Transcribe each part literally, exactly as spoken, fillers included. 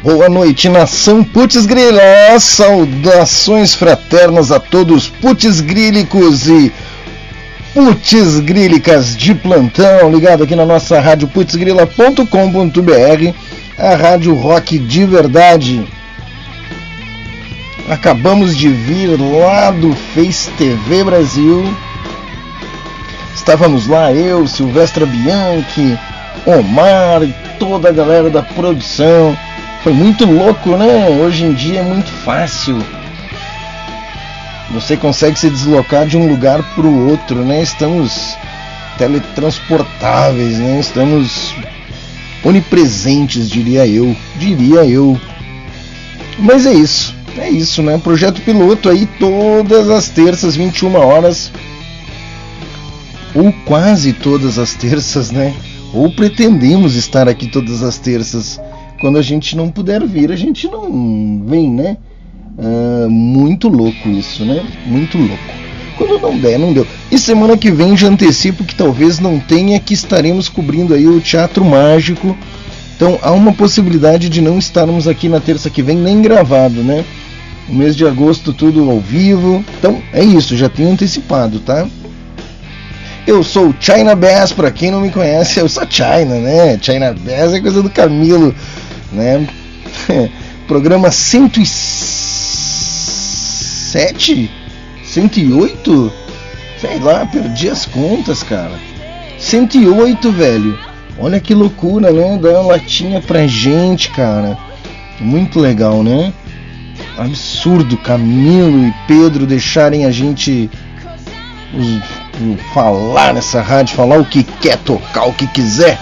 Boa noite, nação Putz Grila. Saudações fraternas a todos putz grílicos e putz grílicas de plantão, ligado aqui na nossa rádio putz grila ponto com ponto b r, a rádio rock de verdade. Acabamos de vir lá do Face T V Brasil. Estávamos lá, eu, Silvestra Bianchi, Omar e toda a galera da produção. Foi muito louco, né? Hoje em dia é muito fácil. Você consegue se deslocar de um lugar para o outro, né? Estamos teletransportáveis, né? Estamos onipresentes, diria eu. Diria eu. Mas é isso. É isso, né? Projeto piloto aí todas as terças, vinte e uma horas. Ou quase todas as terças, né? Ou pretendemos estar aqui todas as terças. Quando a gente não puder vir, a gente não vem, né? Uh, muito louco isso, né? Muito louco. Quando não der, não deu. E semana que vem já antecipo que talvez não tenha, que estaremos cobrindo aí o Teatro Mágico. Então há uma possibilidade de não estarmos aqui na terça que vem nem gravado, né? O mês de agosto tudo ao vivo. Então é isso, já tenho antecipado, tá? Eu sou o China Bass, pra quem não me conhece, eu sou China, né? China Bass é coisa do Camilo, né? Programa cento e sete? cento e oito? Sei lá, perdi as contas, cara. cento e oito, velho. Olha que loucura, né? Dá uma latinha pra gente, cara. Muito legal, né? Absurdo Camilo e Pedro deixarem a gente os, falar nessa rádio, falar o que quer, tocar o que quiser.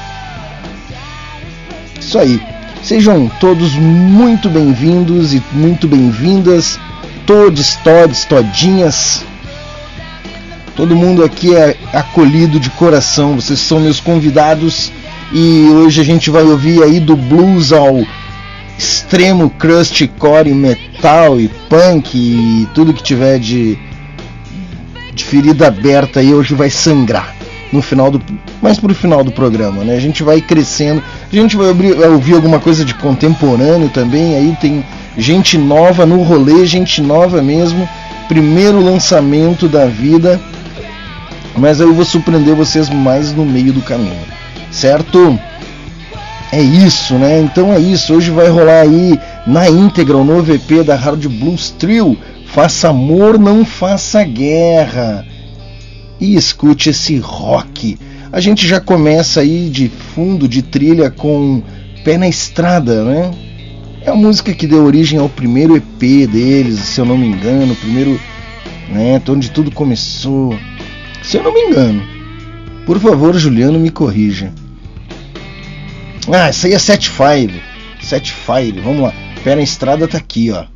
Isso aí. Sejam todos muito bem-vindos e muito bem-vindas. Todos, todes, todinhas. Todo mundo aqui é acolhido de coração. Vocês são meus convidados. E hoje a gente vai ouvir aí do blues ao extremo crust, core, metal e punk e tudo que tiver de, de ferida aberta aí hoje vai sangrar no final do, mais pro final do programa, né? A gente vai crescendo, a gente vai ouvir, vai ouvir alguma coisa de contemporâneo também, aí tem gente nova no rolê, gente nova mesmo, primeiro lançamento da vida, mas eu vou surpreender vocês mais no meio do caminho, certo? É isso, né? Então é isso, hoje vai rolar aí na íntegra o novo E P da Hard Blues Trio, Faça Amor, Não Faça Guerra. E escute esse rock. A gente já começa aí de fundo, de trilha, com Pé na Estrada, né? É a música que deu origem ao primeiro E P deles, se eu não me engano, o primeiro, né, onde tudo começou. Se eu não me engano. Por favor, Juliano, me corrija. Ah, essa aí é Set Fire. Set Fire, vamos lá. Pé na Estrada tá aqui, ó.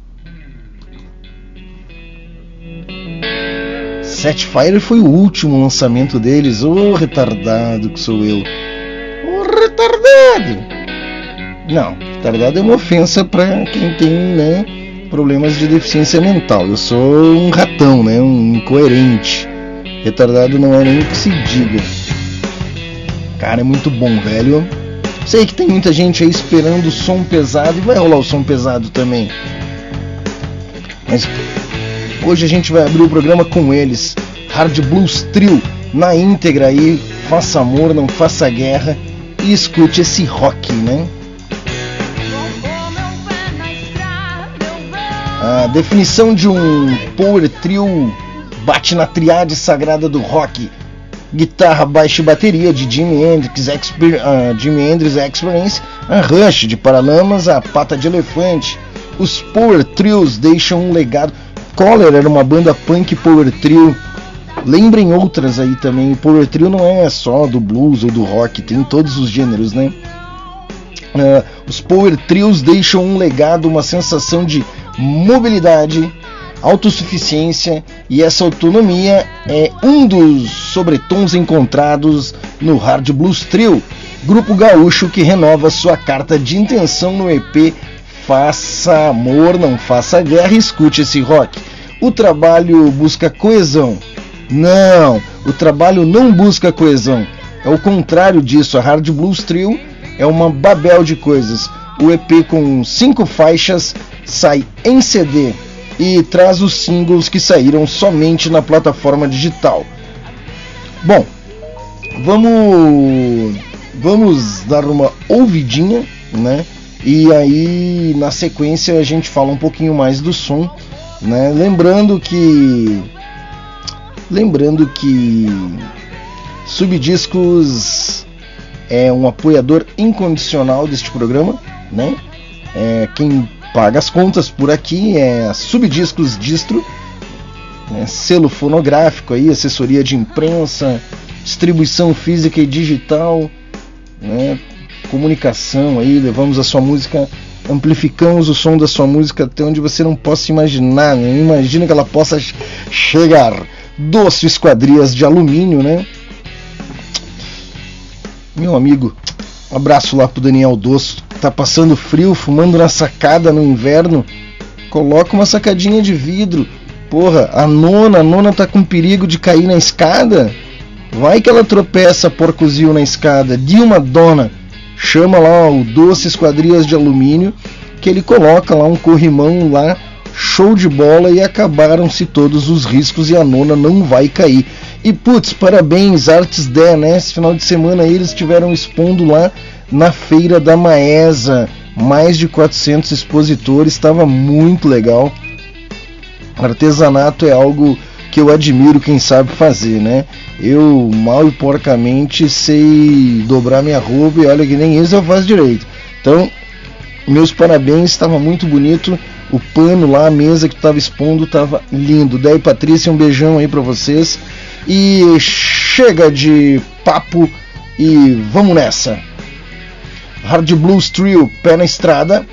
Set Fire foi o último lançamento deles. Ô, oh, retardado que sou eu. Ô, oh, retardado. Não, retardado é uma ofensa pra quem tem, né, problemas de deficiência mental. Eu sou um ratão, né, um incoerente. Retardado não é nem o que se diga. Cara, é muito bom, velho. Sei que tem muita gente aí esperando o som pesado, e vai rolar o som pesado também. Mas hoje a gente vai abrir o programa com eles, Hard Blues Trio, na íntegra aí, Faça Amor, Não Faça Guerra, e escute esse rock, né? A definição de um power trio bate na triade sagrada do rock: guitarra, baixo e bateria de Jimi Hendrix, Exper- uh, Jimi Hendrix Experience, a Rush de Paralamas, a Pata de Elefante. Os power trios deixam um legado. Collar era uma banda punk power trio. Lembrem outras aí também. O power trio não é só do blues ou do rock, tem todos os gêneros, né? Uh, os power trios deixam um legado, uma sensação de mobilidade, autossuficiência, e essa autonomia é um dos sobretons encontrados no Hard Blues Trio, grupo gaúcho que renova sua carta de intenção no E P Faça Amor, Não Faça Guerra. Escute esse rock. O trabalho busca coesão? Não, o trabalho não busca coesão. É o contrário disso. A Hard Blues Trio é uma babel de coisas. O E P com cinco faixas sai em C D e traz os singles que saíram somente na plataforma digital. Bom, vamos, vamos dar uma ouvidinha, né? E aí na sequência a gente fala um pouquinho mais do som, né? Lembrando que lembrando que Subdiscos é um apoiador incondicional deste programa, né? É, quem paga as contas por aqui é a Subdiscos Distro, né? Selo fonográfico aí, assessoria de imprensa, distribuição física e digital, né? Comunicação aí, levamos a sua música, amplificamos o som da sua música até onde você não possa imaginar, né? Imagina que ela possa chegar. Doce Esquadrias de Alumínio, né? Meu amigo, um abraço lá pro Daniel Doce, tá passando frio, fumando na sacada no inverno. Coloca uma sacadinha de vidro. Porra, a nona, a nona tá com perigo de cair na escada. Vai que ela tropeça, porcozil, na escada. De uma dona. Chama lá o Doce Esquadrias de Alumínio, que ele coloca lá um corrimão lá, show de bola, e acabaram-se todos os riscos e a nona não vai cair. E putz, parabéns, Artes dez, né? Esse final de semana aí eles estiveram expondo lá na Feira da Maesa, mais de quatrocentos expositores, estava muito legal. Artesanato é algo que eu admiro quem sabe fazer, né? Eu mal e porcamente sei dobrar minha roupa e olha que nem isso eu faço direito. Então, meus parabéns, estava muito bonito. O pano lá, a mesa que estava expondo estava lindo. Daí, Patrícia, um beijão aí para vocês. E chega de papo e vamos nessa. Hard Blues Trio, Pé na Estrada.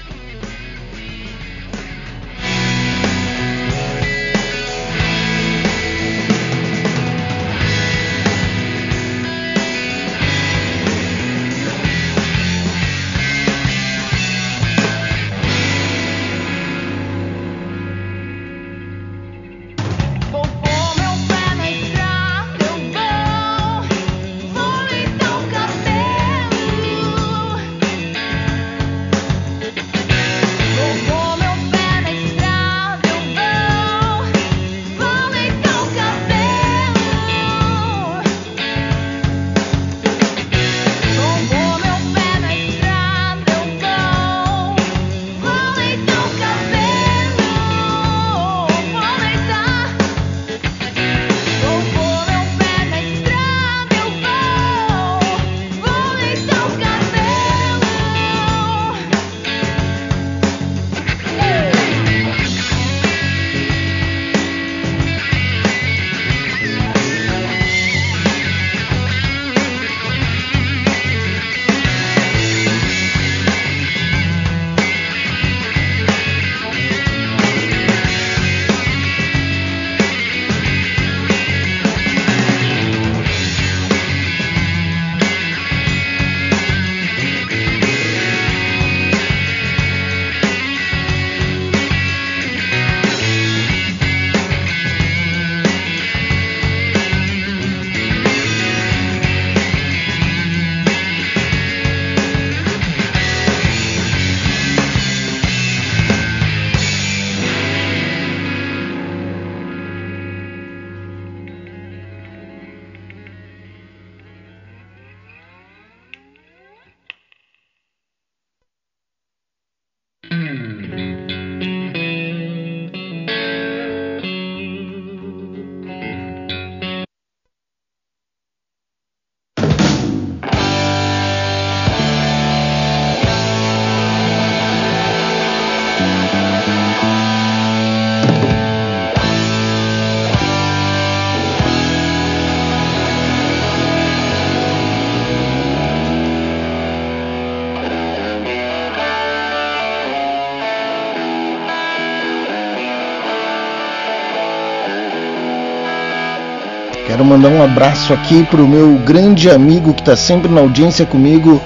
Quero mandar um abraço aqui pro meu grande amigo que tá sempre na audiência comigo,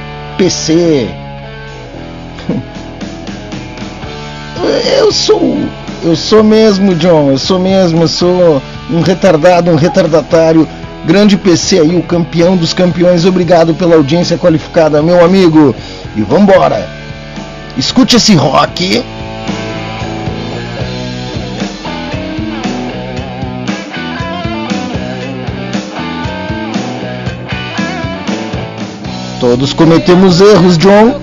P C. Eu sou, eu sou mesmo, John, eu sou mesmo, eu sou um retardado, um retardatário Grande P C aí, o campeão dos campeões, obrigado pela audiência qualificada, meu amigo. E vambora! Escute esse rock. Todos cometemos erros, John.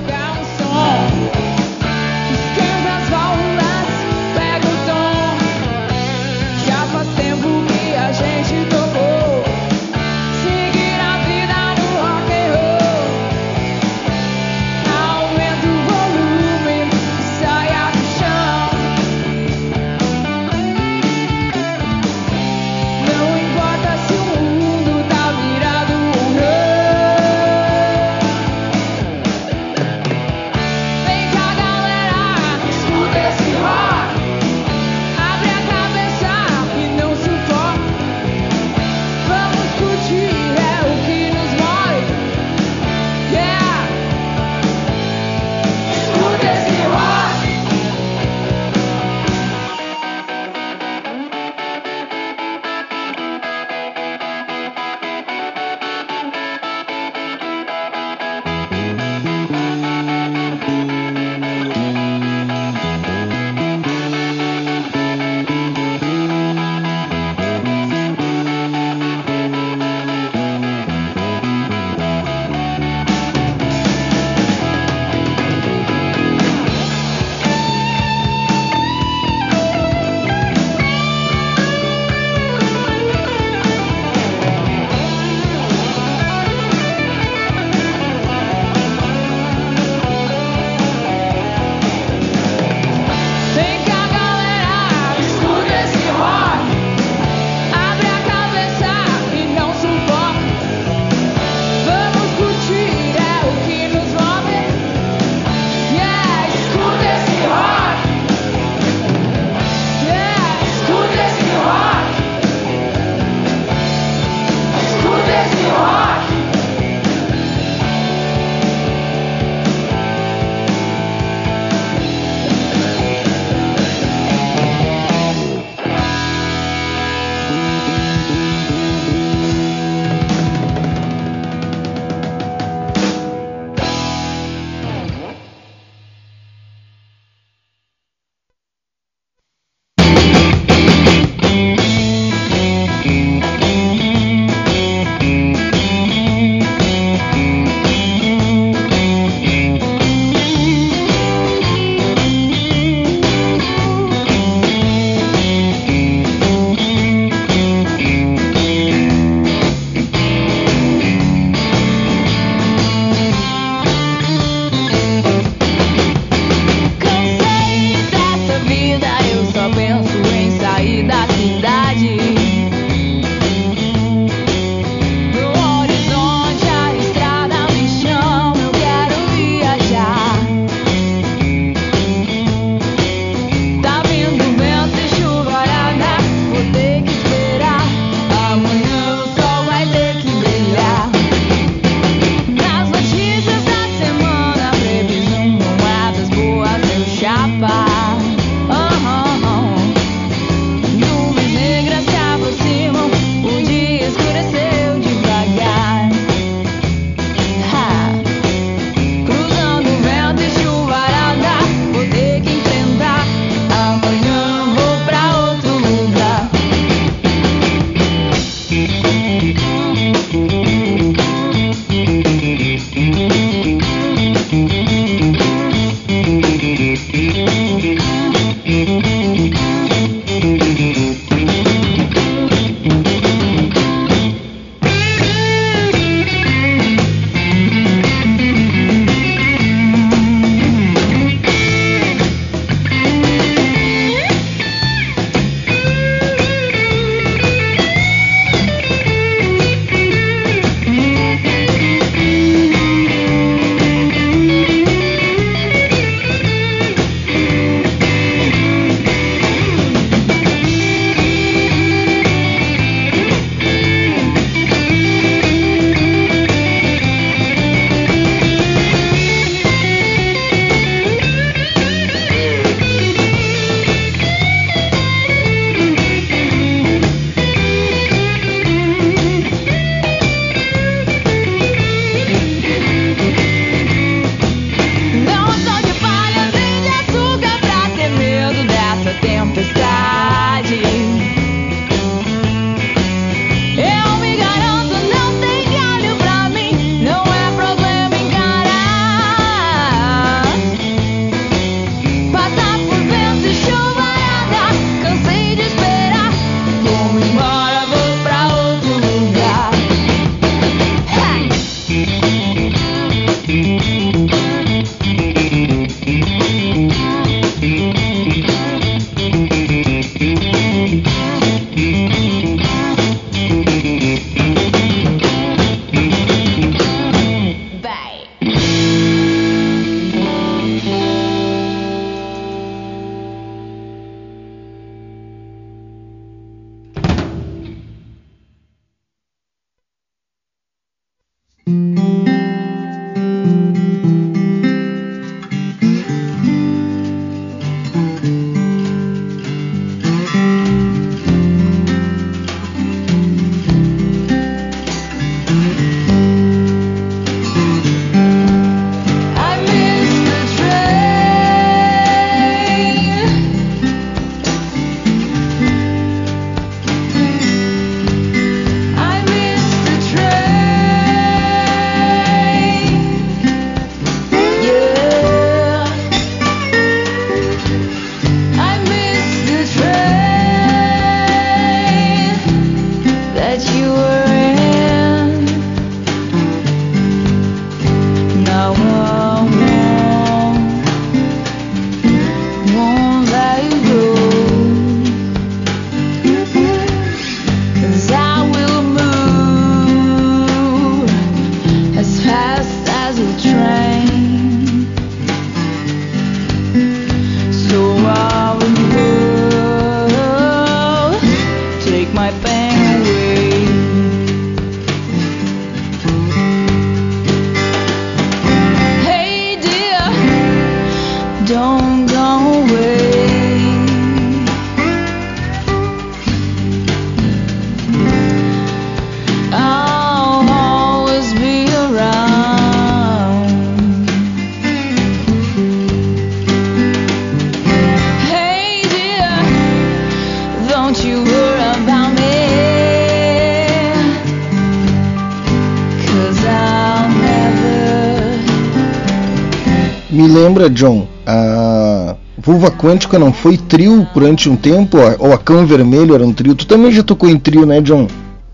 Me lembra, John, a Vulva Quântica não foi trio durante um tempo? Ou a Cão Vermelho era um trio? Tu também já tocou em trio, né, John?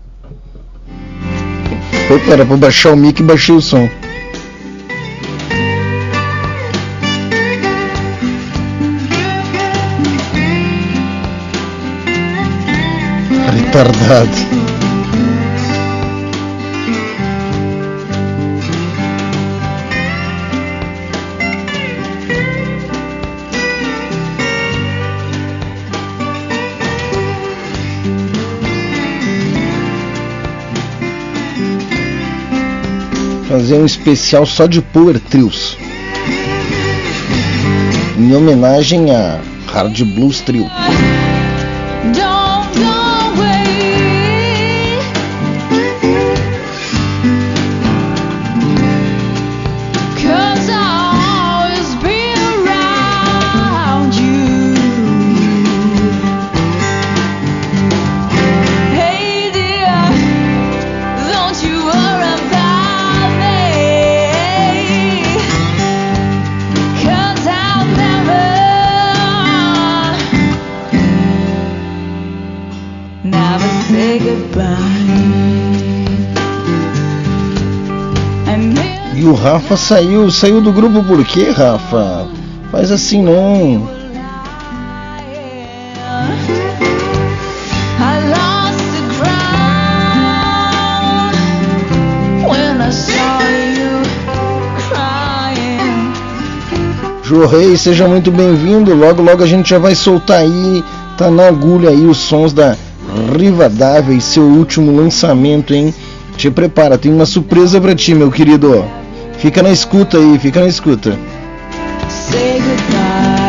Foi, para pra baixar o mic e baixei o som. Retardado. Fazer um especial só de Power Trios, em homenagem a Hard Blues Trio. E o Rafa saiu, saiu do grupo por quê, Rafa? Faz assim não. Jô Reis, seja muito bem-vindo. Logo, logo a gente já vai soltar aí, tá na agulha aí os sons da Rivadavia e seu último lançamento, hein? Te prepara, tem uma surpresa pra ti, meu querido. Fica na escuta aí, fica na escuta. Say goodbye.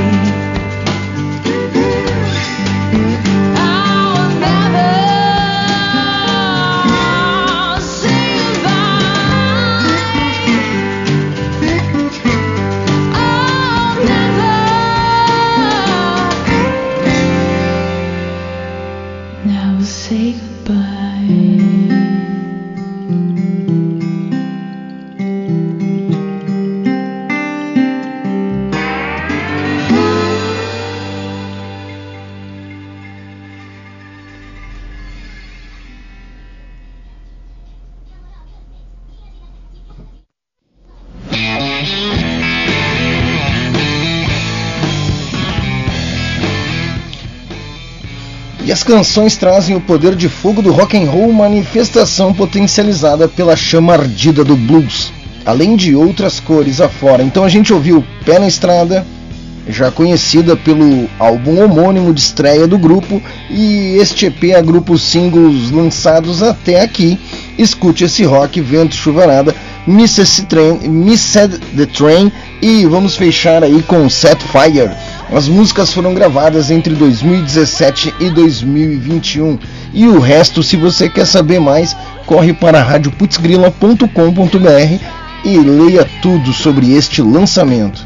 As canções trazem o poder de fogo do rock and roll, manifestação potencializada pela chama ardida do blues, além de outras cores afora. Então a gente ouviu Pé na Estrada, já conhecida pelo álbum homônimo de estreia do grupo, e este E P agrupa os singles lançados até aqui. Escute esse rock, Vento Chuvarada, Misses the Train, e vamos fechar aí com Set Fire. As músicas foram gravadas entre dois mil e dezessete e dois mil e vinte e um. E o resto, se você quer saber mais, corre para rádio putzgrila ponto com ponto b r e leia tudo sobre este lançamento.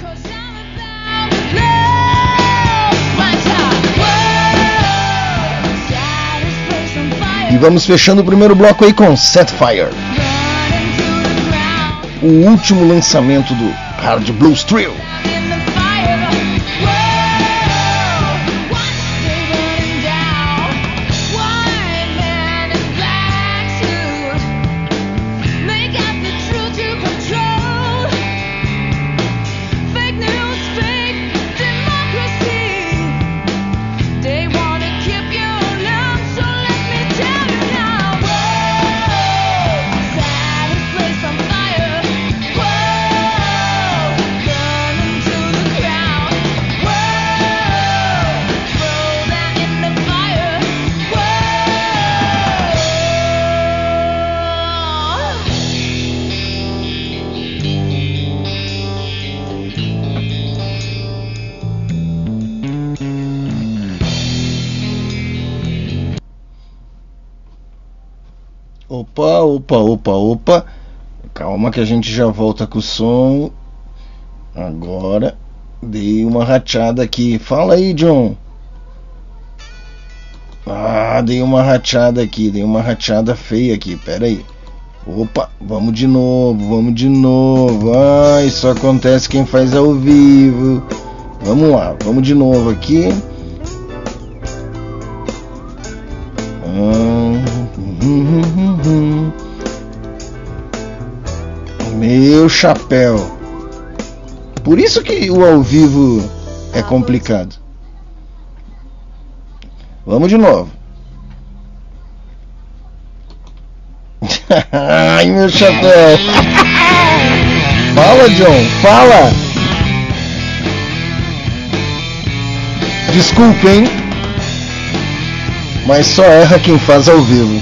E vamos fechando o primeiro bloco aí com Set Fire, o último lançamento do Hard Blues Trio. Opa, opa, opa, opa. Calma que a gente já volta com o som. Agora dei uma rachada aqui. Fala aí, John. Ah, dei uma rachada aqui. Dei uma rachada feia aqui. Pera aí. Opa, vamos de novo, vamos de novo. Ah, isso acontece quem faz ao vivo. Vamos lá, vamos de novo aqui. Meu chapéu. Por isso que o ao vivo é complicado. Vamos de novo. Ai, meu chapéu. Fala, John, fala. Desculpa, hein? Mas só erra quem faz ao vivo.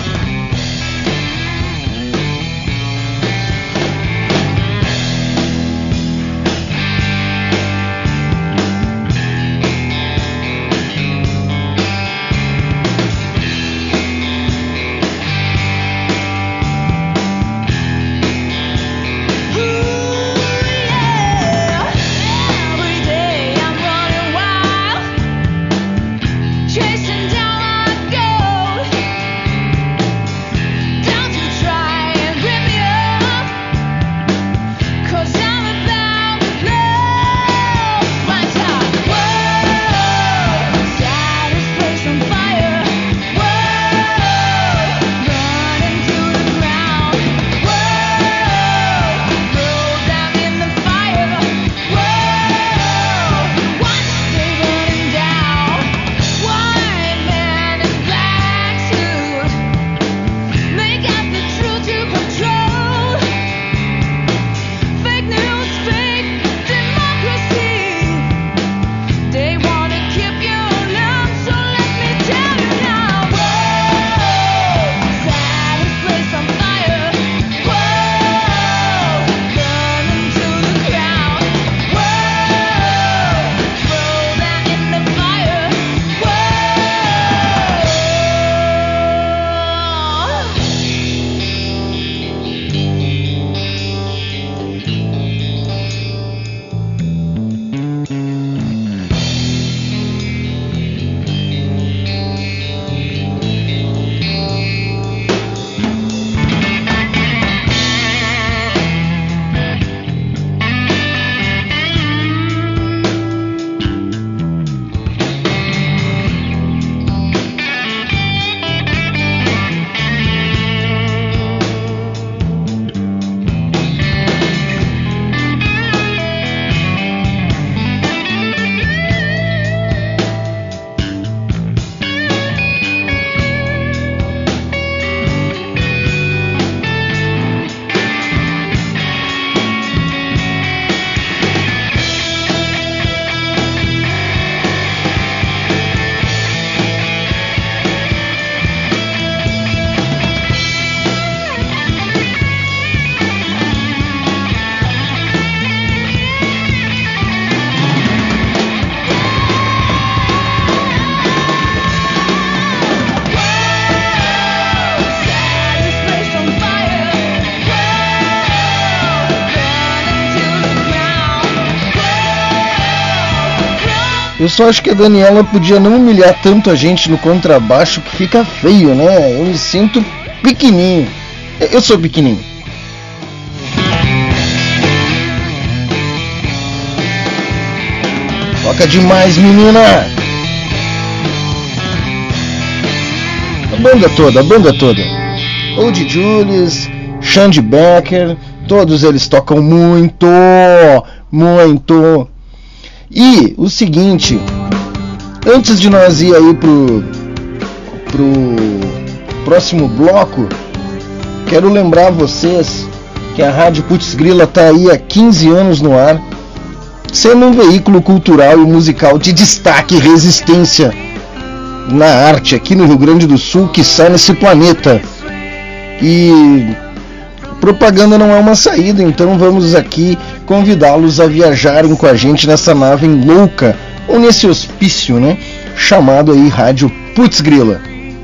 Eu só acho que a Daniela podia não humilhar tanto a gente no contrabaixo, que fica feio, né? Eu me sinto pequenininho. Eu sou pequenininho. Toca demais, menina! A banda toda, a banda toda. Old Julius, Shandy Becker, todos eles tocam muito, muito. E o seguinte, antes de nós ir aí pro, pro próximo bloco, quero lembrar vocês que a Rádio Putz Grila está aí há quinze anos no ar, sendo um veículo cultural e musical de destaque e resistência na arte aqui no Rio Grande do Sul, que sai nesse planeta. E propaganda não é uma saída, então vamos aqui convidá-los a viajarem com a gente nessa nave louca, ou nesse hospício, né, chamado aí Rádio Putz Grila.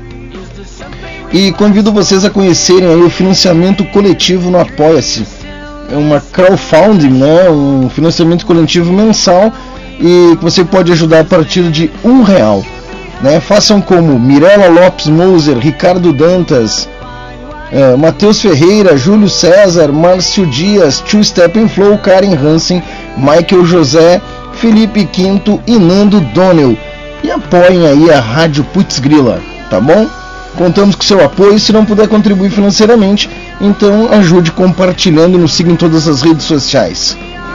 E convido vocês a conhecerem aí o financiamento coletivo no Apoia-se. É uma crowdfunding, né, um financiamento coletivo mensal, e você pode ajudar a partir de um real. Né? Façam como Mirella Lopes Moser, Ricardo Dantas, uh, Matheus Ferreira, Júlio César, Márcio Dias, Two Step and Flow, Karen Hansen, Michael José, Felipe Quinto e Nando Donnell. E apoiem aí a Rádio Putz Grila, tá bom? Contamos com seu apoio. Se não puder contribuir financeiramente, então ajude compartilhando e nos siga em todas as redes sociais.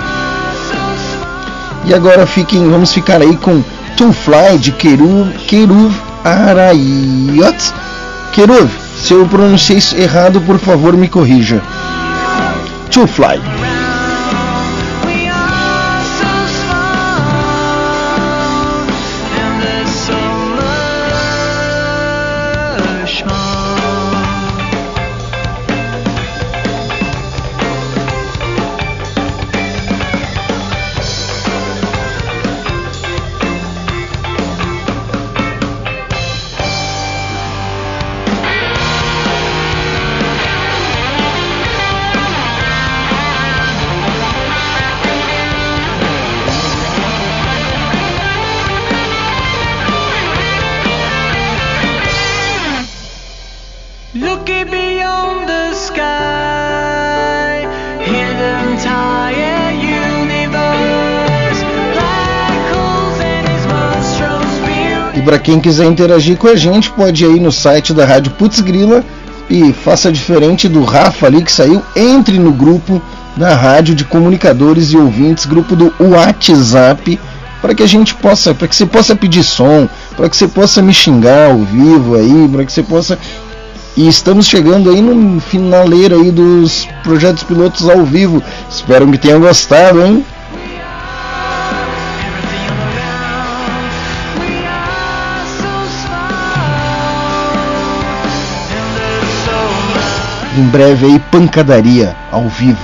E agora fiquem, vamos ficar aí com To Fly de Keruv, Keruv Arayot. Keruv, se eu pronunciei isso errado, por favor me corrija. To Fly. Para quem quiser interagir com a gente, pode ir aí no site da Rádio Putz Grila e faça diferente do Rafa ali que saiu, entre no grupo da Rádio de Comunicadores e Ouvintes, grupo do WhatsApp, para que a gente possa, para que você possa pedir som, para que você possa me xingar ao vivo aí, para que você possa. E estamos chegando aí no finaleiro aí dos projetos pilotos ao vivo. Espero que tenham gostado, hein? Em breve aí, pancadaria ao vivo.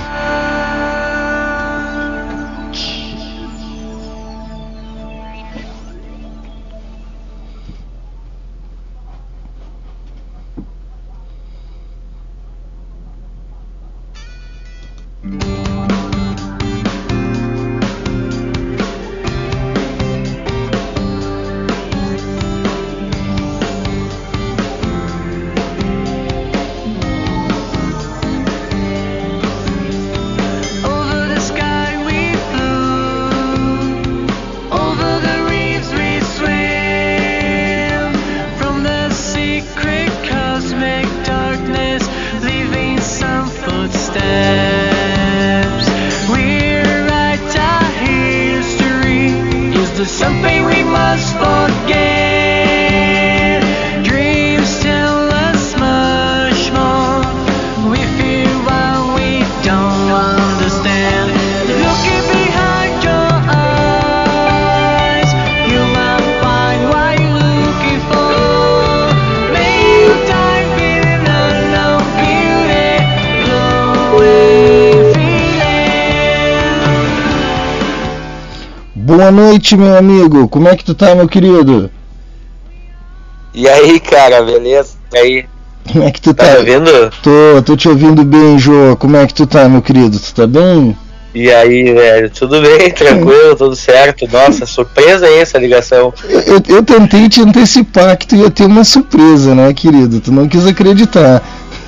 Boa noite, meu amigo. Como é que tu tá, meu querido? E aí, cara, beleza? E aí? Como é que tu tá? Tá me ouvindo? Tô, tô te ouvindo bem, Jô. Como é que tu tá, meu querido? Tu tá bem? E aí, velho? Tudo bem? Tranquilo? Tudo certo? Nossa, surpresa aí essa ligação. Eu, eu tentei te antecipar que tu ia ter uma surpresa, né, querido? Tu não quis acreditar.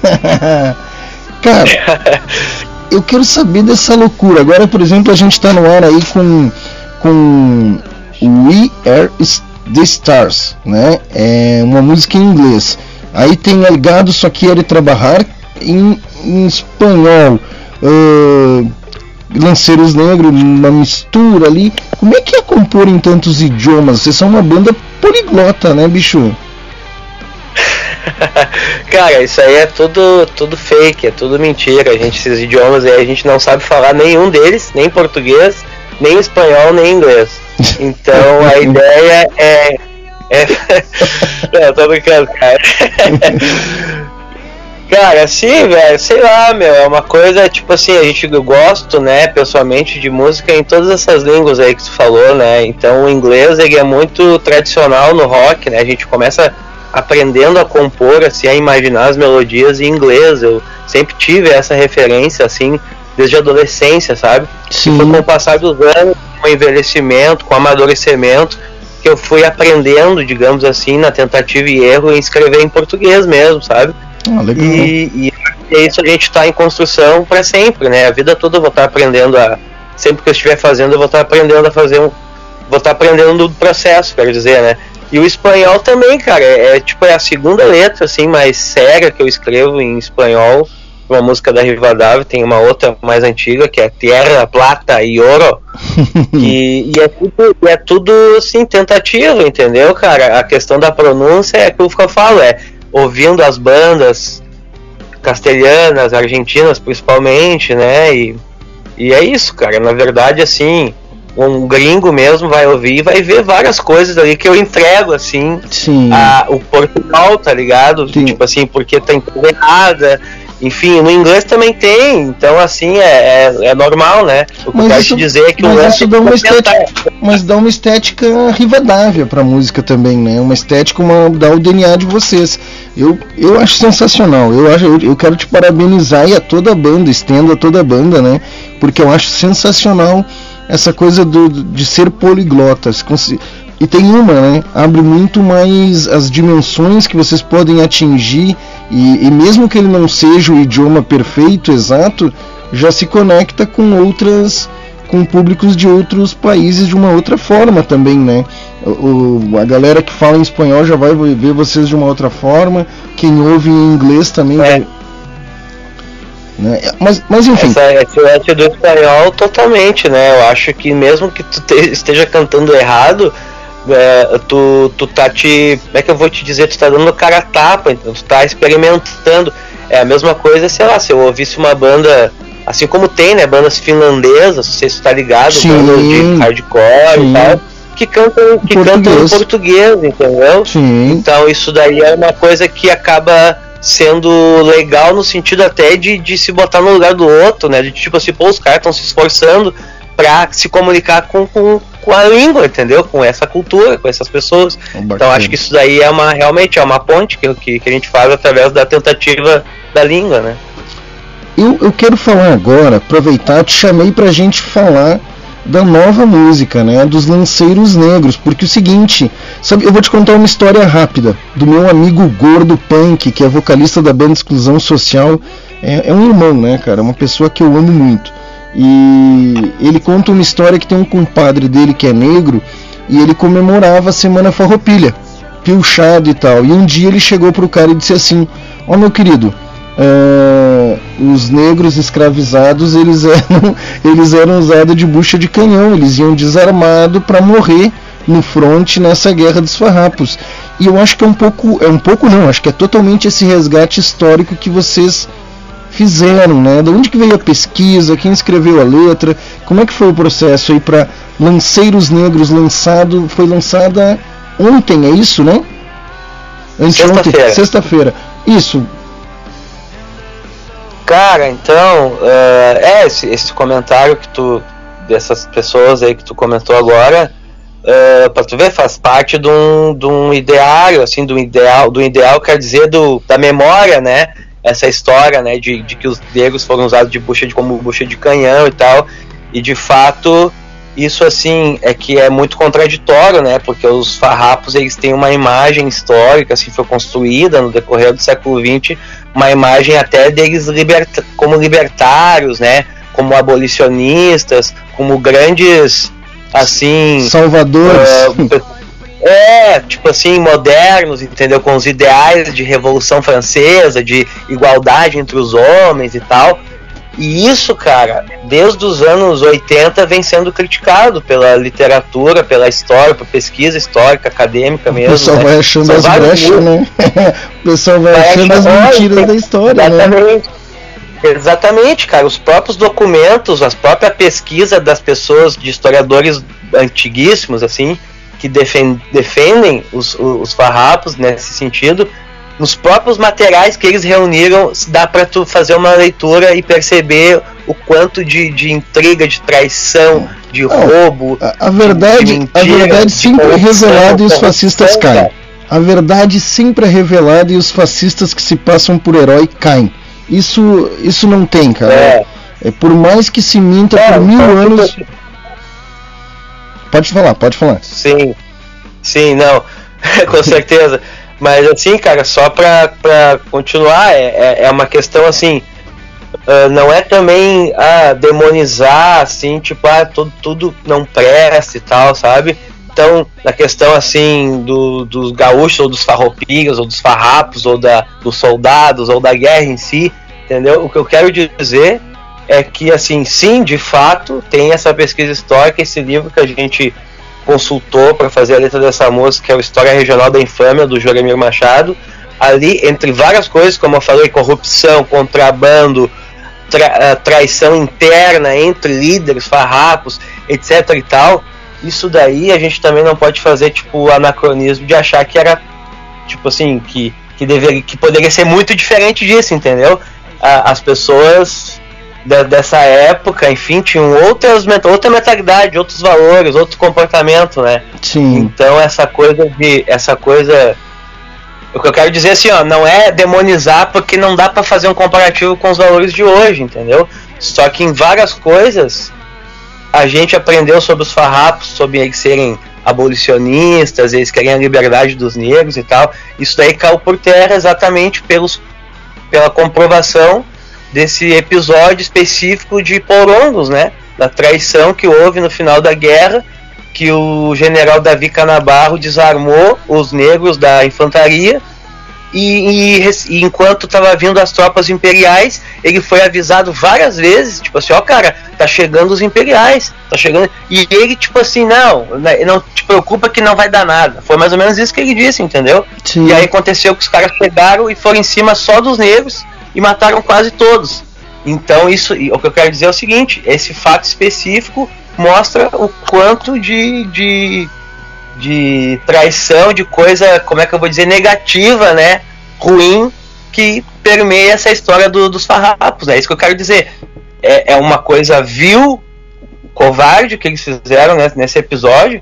Cara, eu quero saber dessa loucura. Agora, por exemplo, a gente tá no ar aí com... com We Are the Stars, né? É uma música em inglês. Aí tem Ligado Só Quero Trabalhar em, em espanhol. Uh, Lanceiros Negros, uma mistura ali. Como é que é compor em tantos idiomas? Vocês são uma banda poliglota, né, bicho? Cara, isso aí é tudo, tudo fake, é tudo mentira. A gente, esses idiomas aí, a gente não sabe falar nenhum deles, nem português, nem espanhol, nem inglês. Então a ideia é... é... Não, tô brincando, cara. Cara, assim, velho, sei lá, meu, é uma coisa, tipo assim, a gente, eu gosto, né, pessoalmente, de música em todas essas línguas aí que tu falou, né, então o inglês, ele é muito tradicional no rock, né, a gente começa aprendendo a compor, assim, a imaginar as melodias em inglês. Eu sempre tive essa referência, assim, desde a adolescência, sabe? Sim. E foi com o passar dos anos, com o envelhecimento, com o amadurecimento, que eu fui aprendendo, digamos assim, na tentativa e erro, em escrever em português mesmo, sabe? Ah, legal. E, e é isso, a gente tá em construção para sempre, né? A vida toda eu vou estar aprendendo a... Sempre que eu estiver fazendo, eu vou estar aprendendo a fazer um... Vou estar aprendendo do processo, quero dizer, né? E o espanhol também, cara, é, é tipo, é a segunda letra, assim, mais séria que eu escrevo em espanhol, uma música da Rivadavia. Tem uma outra mais antiga, que é Tierra, Plata e Oro, e, e é, tudo, é tudo, assim, tentativa, entendeu, cara? A questão da pronúncia é aquilo que eu falo, é ouvindo as bandas castelhanas, argentinas, principalmente, né, e, e é isso, cara, na verdade, assim... Um gringo mesmo vai ouvir e vai ver várias coisas ali que eu entrego, assim, a, o Portugal, tá ligado? Sim. Tipo assim, porque tem coisa errada, enfim, no inglês também tem, então assim, é, é, é normal, né? O que mas eu quero isso, te dizer é que mas o isso dá uma estética, mas dá uma estética Rivadavia pra música também, né? Uma estética, uma, dá o D N A de vocês. Eu, eu acho sensacional, eu, acho, eu, eu quero te parabenizar e a toda a banda, estendo a toda a banda, né? Porque eu acho sensacional essa coisa do, de ser poliglotas. E tem uma, né? Abre muito mais as dimensões que vocês podem atingir, e, e mesmo que ele não seja o idioma perfeito, exato, já se conecta com outras, com públicos de outros países de uma outra forma também, né? O, a galera que fala em espanhol já vai ver vocês de uma outra forma, quem ouve em inglês também é. vai... Né? Mas, mas enfim, essa influência do espanhol totalmente, né? Eu acho que mesmo que tu te, esteja cantando errado, é, tu, tu tá te... Como é que eu vou te dizer? Tu tá dando cara a tapa, então tu tá experimentando. É a mesma coisa, sei lá, se eu ouvisse uma banda, assim como tem, né, bandas finlandesas, não sei se tu tá ligado, sim, bandas de hardcore sim. e tal, que cantam, que cantam em português, entendeu? Sim. Então isso daí é uma coisa que acaba sendo legal no sentido até de, de se botar no lugar do outro, né? De tipo assim, pô, os caras estão se esforçando pra se comunicar com, com, com a língua, entendeu? Com essa cultura, com essas pessoas. Oh, então acho que isso daí é uma, realmente é uma ponte que, que, que a gente faz através da tentativa da língua, né? Eu, eu quero falar agora, aproveitar, te chamei pra gente falar da nova música, né, dos Lanceiros Negros, porque é o seguinte, sabe, eu vou te contar uma história rápida do meu amigo Gordo Punk, que é vocalista da banda Exclusão Social. É, é um irmão, né, cara, uma pessoa que eu amo muito, e ele conta uma história que tem um compadre dele que é negro, e ele comemorava a Semana Farroupilha, pilchado e tal, e um dia ele chegou pro cara e disse assim: ó, meu querido, Uh, os negros escravizados, eles eram, eles eram usados de bucha de canhão, eles iam desarmados para morrer no fronte nessa guerra dos farrapos. E eu acho que é um pouco, é um pouco não, acho que é totalmente esse resgate histórico que vocês fizeram, né? De onde que veio a pesquisa, quem escreveu a letra, como é que foi o processo aí para Lanceiros Negros, lançado, foi lançada ontem, é isso, né? Anteontem, sexta-feira. Sexta-feira, isso. Cara, então, uh, é esse, esse comentário que tu, dessas pessoas aí que tu comentou agora, uh, pra tu ver, faz parte de um, de um ideário, assim, do ideal, do ideal quer dizer do, da memória, né, essa história, né, de, de que os negros foram usados de bucha de, como bucha de canhão e tal, e de fato, isso, assim, é que é muito contraditório, né, porque os farrapos, eles têm uma imagem histórica, assim, foi construída no decorrer do século vinte, uma imagem até deles liberta- como libertários, né, como abolicionistas, como grandes, assim... salvadores. Uh, é, tipo assim, modernos, entendeu, com os ideais de Revolução Francesa, de igualdade entre os homens e tal. E isso, cara, desde os anos oitenta vem sendo criticado pela literatura, pela história, pela pesquisa histórica, acadêmica mesmo. O pessoal, né, vai achando São as brechas, né? O pessoal vai, vai achando as mentiras olha, da história, exatamente, né? Exatamente, cara. Os próprios documentos, as próprias pesquisas das pessoas, de historiadores antiguíssimos, assim, que defend, defendem os, os farrapos nesse sentido, nos próprios materiais que eles reuniram, dá para tu fazer uma leitura e perceber o quanto de, de intriga, de traição, de Não, roubo. A, a verdade, de mentira, a verdade sempre é revelada e os fascistas caem. A verdade sempre é revelada e os fascistas que se passam por herói caem. Isso, isso não tem, cara. É. É, por mais que se minta é, por mil é, anos. Pode falar, pode falar. Sim, sim, não, com certeza. Mas assim, cara, só pra, pra continuar, é, é uma questão assim, uh, não é também ah, demonizar, assim, tipo, ah, tudo, tudo não presta e tal, sabe? Então, na questão assim do, dos gaúchos, ou dos farroupilhas, ou dos farrapos, ou da, dos soldados, ou da guerra em si, entendeu? O que eu quero dizer é que, assim, sim, de fato, tem essa pesquisa histórica, esse livro que a gente consultou para fazer a letra dessa música, que é o História Regional da Infâmia, do Joremir Machado. Ali, entre várias coisas, como eu falei, corrupção, contrabando, tra- traição interna entre líderes, farrapos, etc e tal, isso daí a gente também não pode fazer, tipo, o anacronismo de achar que era, tipo assim, que, que, deveria, que poderia ser muito diferente disso, entendeu? As pessoas de, dessa época, enfim, tinham outras, outra mentalidade, outros valores, outro comportamento, né? Sim. Então essa coisa de, essa coisa, o que eu quero dizer assim, ó, não é demonizar, porque não dá pra fazer um comparativo com os valores de hoje, entendeu? Só que em várias coisas a gente aprendeu sobre os farrapos, sobre eles serem abolicionistas, eles querem a liberdade dos negros e tal. Isso daí caiu por terra exatamente pelos, pela comprovação desse episódio específico de Porongos, né? Da traição que houve no final da guerra, que o general Davi Canabarro desarmou os negros da infantaria e, e, e enquanto estava vindo as tropas imperiais, ele foi avisado várias vezes, tipo assim, ó cara, tá chegando os imperiais, tá chegando, e ele tipo assim, não, não te preocupa que não vai dar nada, foi mais ou menos isso que ele disse, entendeu? Sim. E aí aconteceu que os caras chegaram e foram em cima só dos negros e mataram quase todos. Então isso, o que eu quero dizer é o seguinte, esse fato específico mostra o quanto de, de, de traição, de coisa, como é que eu vou dizer, negativa, né, ruim, que permeia essa história do, dos farrapos, né, isso que eu quero dizer, é, é uma coisa vil, covarde que eles fizeram, né, nesse episódio,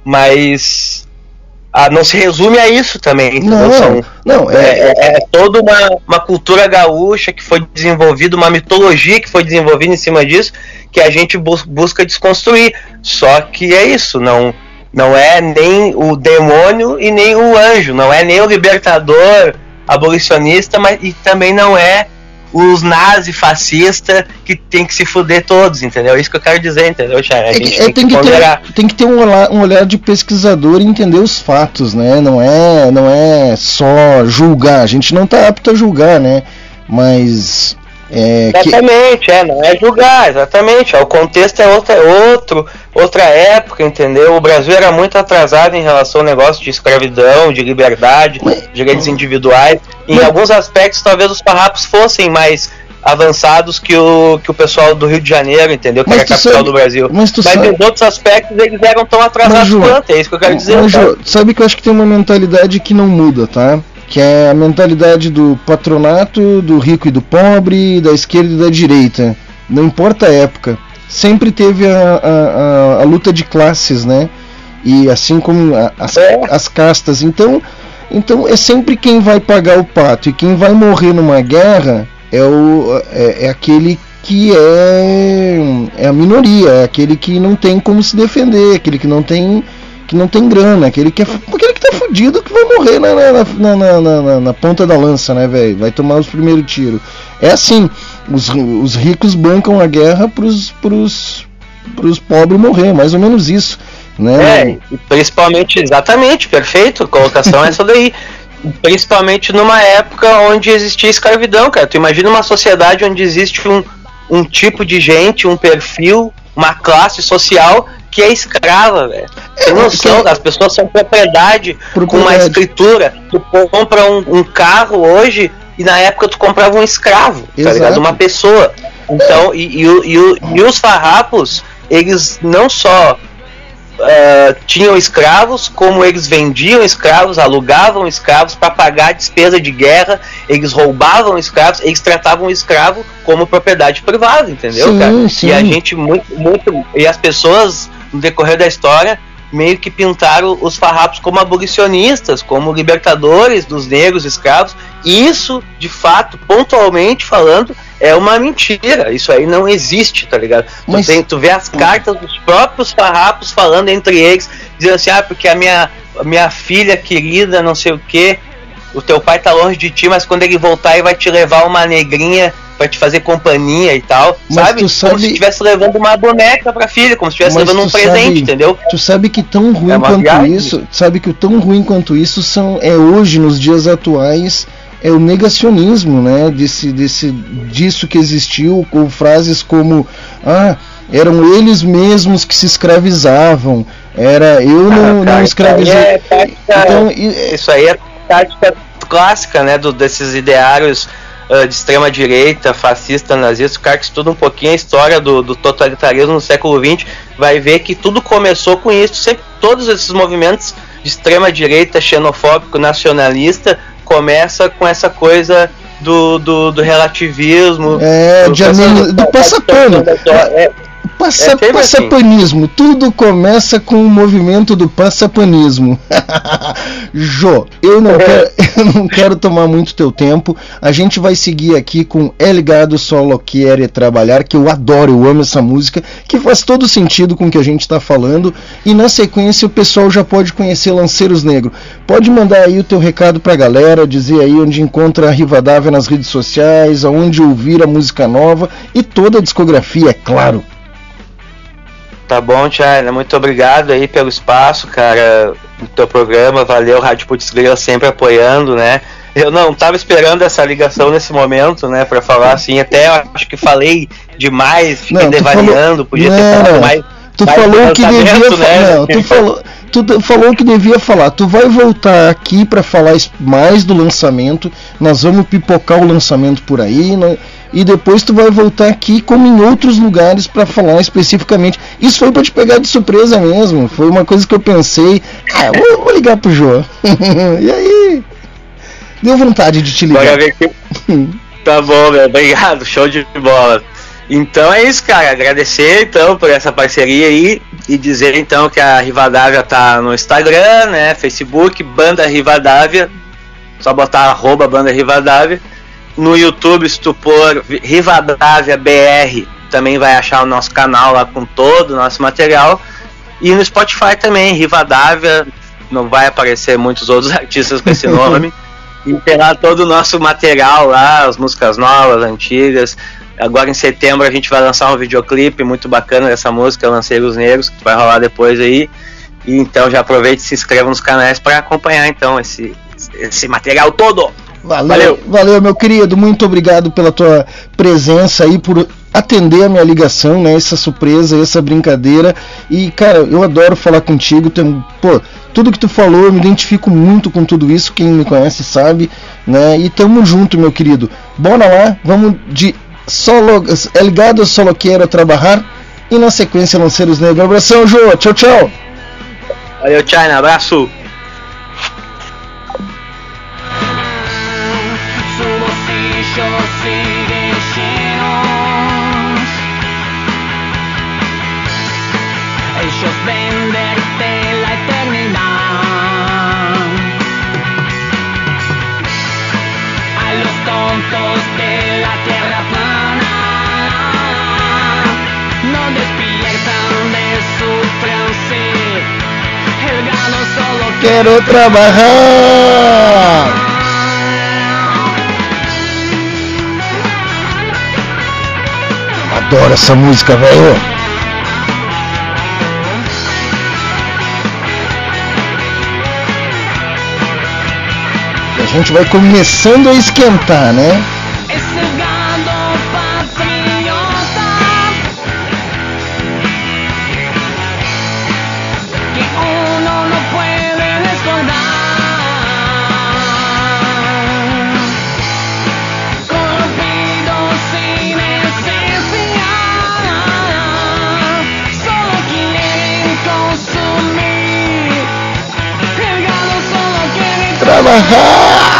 mas ah, não se resume a isso também, não, São, não, é, é, é, é toda uma, uma cultura gaúcha que foi desenvolvida, uma mitologia que foi desenvolvida em cima disso, que a gente bus- busca desconstruir. Só que é isso, não, não é nem o demônio e nem o anjo, não é nem o libertador abolicionista, mas e também não é os nazi fascistas que tem que se fuder todos, entendeu? Isso que eu quero dizer, entendeu, Chara? A gente é, tem, tem, que que ponderar. ter, tem que ter um olhar, um olhar de pesquisador e entender os fatos, né? Não é, não é só julgar, a gente não tá apto a julgar, né? Mas... É, exatamente, que... é, não é julgar, exatamente, o contexto é, outra, é outro, outra época, entendeu? O Brasil era muito atrasado em relação ao negócio de escravidão, de liberdade, mas... direitos individuais. Em mas... alguns aspectos, talvez os farrapos fossem mais avançados que o, que o pessoal do Rio de Janeiro, entendeu? Que mas era a capital sabe... do Brasil. Mas, mas sabe... em outros aspectos eles eram tão atrasados mas, quanto, é isso que eu quero dizer. Mas, tá? Ju, sabe que eu acho que tem uma mentalidade que não muda, tá? Que é a mentalidade do patronato, do rico e do pobre, da esquerda e da direita. Não importa a época. Sempre teve a, a, a, a luta de classes, né? E assim como a, as, é. as castas. Então, então é sempre quem vai pagar o pato. E quem vai morrer numa guerra é, o, é, é aquele que é, é a minoria. É aquele que não tem como se defender. Aquele que não tem... que não tem grana, aquele que, é, aquele que tá fudido que vai morrer na, na, na, na, na, na ponta da lança, né, velho? Vai tomar os primeiros tiros. É assim, os, os ricos bancam a guerra pros, pros, pros pobres morrer, mais ou menos isso, né? É, principalmente, exatamente, perfeito, a colocação é essa daí. Principalmente numa época onde existia escravidão, cara. Tu imagina uma sociedade onde existe um, um tipo de gente, um perfil, uma classe social que é escrava, velho. Tem noção, as pessoas são propriedade, propriedade. com uma escritura. Tu compra um, um carro hoje e na época tu comprava um escravo, tá ligado? Uma pessoa. Então, e, e, e, e os farrapos, eles não só uh, tinham escravos, como eles vendiam escravos, alugavam escravos para pagar a despesa de guerra, eles roubavam escravos, eles tratavam o escravo como propriedade privada, entendeu, sim, cara? Sim. E a gente muito, muito, e as pessoas no decorrer da história meio que pintaram os farrapos como abolicionistas, como libertadores dos negros escravos. E isso, de fato, pontualmente falando, é uma mentira. Isso aí não existe, tá ligado? Mas... Tu, tem, tu vê as cartas dos próprios farrapos falando entre eles, dizendo assim, ah, porque a minha, a minha filha querida, não sei o quê, o teu pai tá longe de ti, mas quando ele voltar ele vai te levar uma negrinha pra te fazer companhia e tal, mas sabe? Tu sabe? Como se estivesse levando uma boneca pra filha, como se estivesse levando um presente, sabe, entendeu? Tu sabe que tão ruim é quanto viagem. isso, sabe que o tão ruim quanto isso são, é hoje, nos dias atuais, é o negacionismo, né? Desse, desse, disso que existiu, com frases como, ah, eram eles mesmos que se escravizavam, era eu não, ah, cara, não escravizei. Isso aí é tática, então, isso aí é tática clássica, né? Do, desses ideários uh, de extrema direita, fascista, nazista. O cara que estuda um pouquinho a história do, do totalitarismo no século vinte vai ver que tudo começou com isso. Sempre todos esses movimentos de extrema direita, xenofóbico, nacionalista, começa com essa coisa do, do, do relativismo, é, do, de amigo, do passapano. É, passa, é passapanismo, assim. Tudo começa com o movimento do passapanismo. Jô, eu não, é. quero, eu não quero tomar muito teu tempo. A gente vai seguir aqui com El Ligado Solo Quiere Trabalhar, que eu adoro, eu amo essa música, que faz todo sentido com o que a gente está falando. E na sequência o pessoal já pode conhecer Lanceiros Negros. Pode mandar aí o teu recado pra galera, dizer aí onde encontra a Rivadavia nas redes sociais, aonde ouvir a música nova e toda a discografia, é claro. Tá bom, Thiago, muito obrigado aí pelo espaço, cara, do teu programa, valeu, Rádio Putz Grila sempre apoiando, né? Eu não tava esperando essa ligação nesse momento, né, pra falar assim, até acho que falei demais, fiquei não, devariando, falou... podia não, ter falado mais. Tu mais falou que devia né? falar, não, tu falou, tu falou que devia falar, tu vai voltar aqui pra falar mais do lançamento, nós vamos pipocar o lançamento por aí, né? E depois tu vai voltar aqui como em outros lugares para falar especificamente. Isso foi para te pegar de surpresa mesmo. Foi uma coisa que eu pensei, ah, eu vou, vou ligar pro Jô. E aí? Deu vontade de te ligar. Bora ver que... Tá bom, meu. Obrigado. Show de bola. Então é isso, cara. Agradecer então por essa parceria aí e dizer então que a Rivadavia tá no Instagram, né? Facebook, Banda Rivadavia. Só botar arroba Banda Rivadavia. No YouTube, se tu pôr Rivadavia B R, também vai achar o nosso canal lá com todo o nosso material. E no Spotify também, Rivadavia, não vai aparecer muitos outros artistas com esse nome. E tem lá todo o nosso material lá, as músicas novas, antigas. Agora em setembro a gente vai lançar um videoclipe muito bacana dessa música, Lanceiros Negros, que vai rolar depois aí. E então já aproveite e se inscreva nos canais para acompanhar então esse, esse material todo. Valeu, valeu, valeu, meu querido, muito obrigado pela tua presença aí, por atender a minha ligação, né, essa surpresa, essa brincadeira, e cara, eu adoro falar contigo, tem, pô, tudo que tu falou, eu me identifico muito com tudo isso, quem me conhece sabe, né, e tamo junto, meu querido, bora lá, vamos de solo, é ligado, solo quero trabalhar, e na sequência Lanceiros Negros. Um abração, Jô, tchau, tchau. Valeu, China, abraço. Quero trabalhar. Adoro essa música, velho. A gente vai começando a esquentar, né? Trabalhar.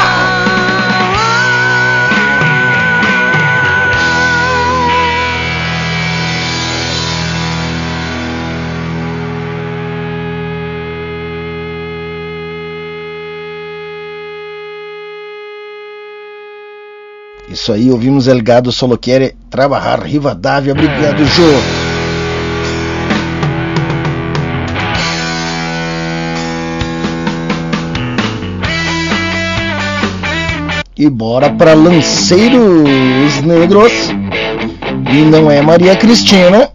Isso aí, ouvimos El Gado Solo Quiere Trabalhar, Rivadavia, obrigado, Jô. E bora pra Lanceiros Negros. E não é Maria Cristina.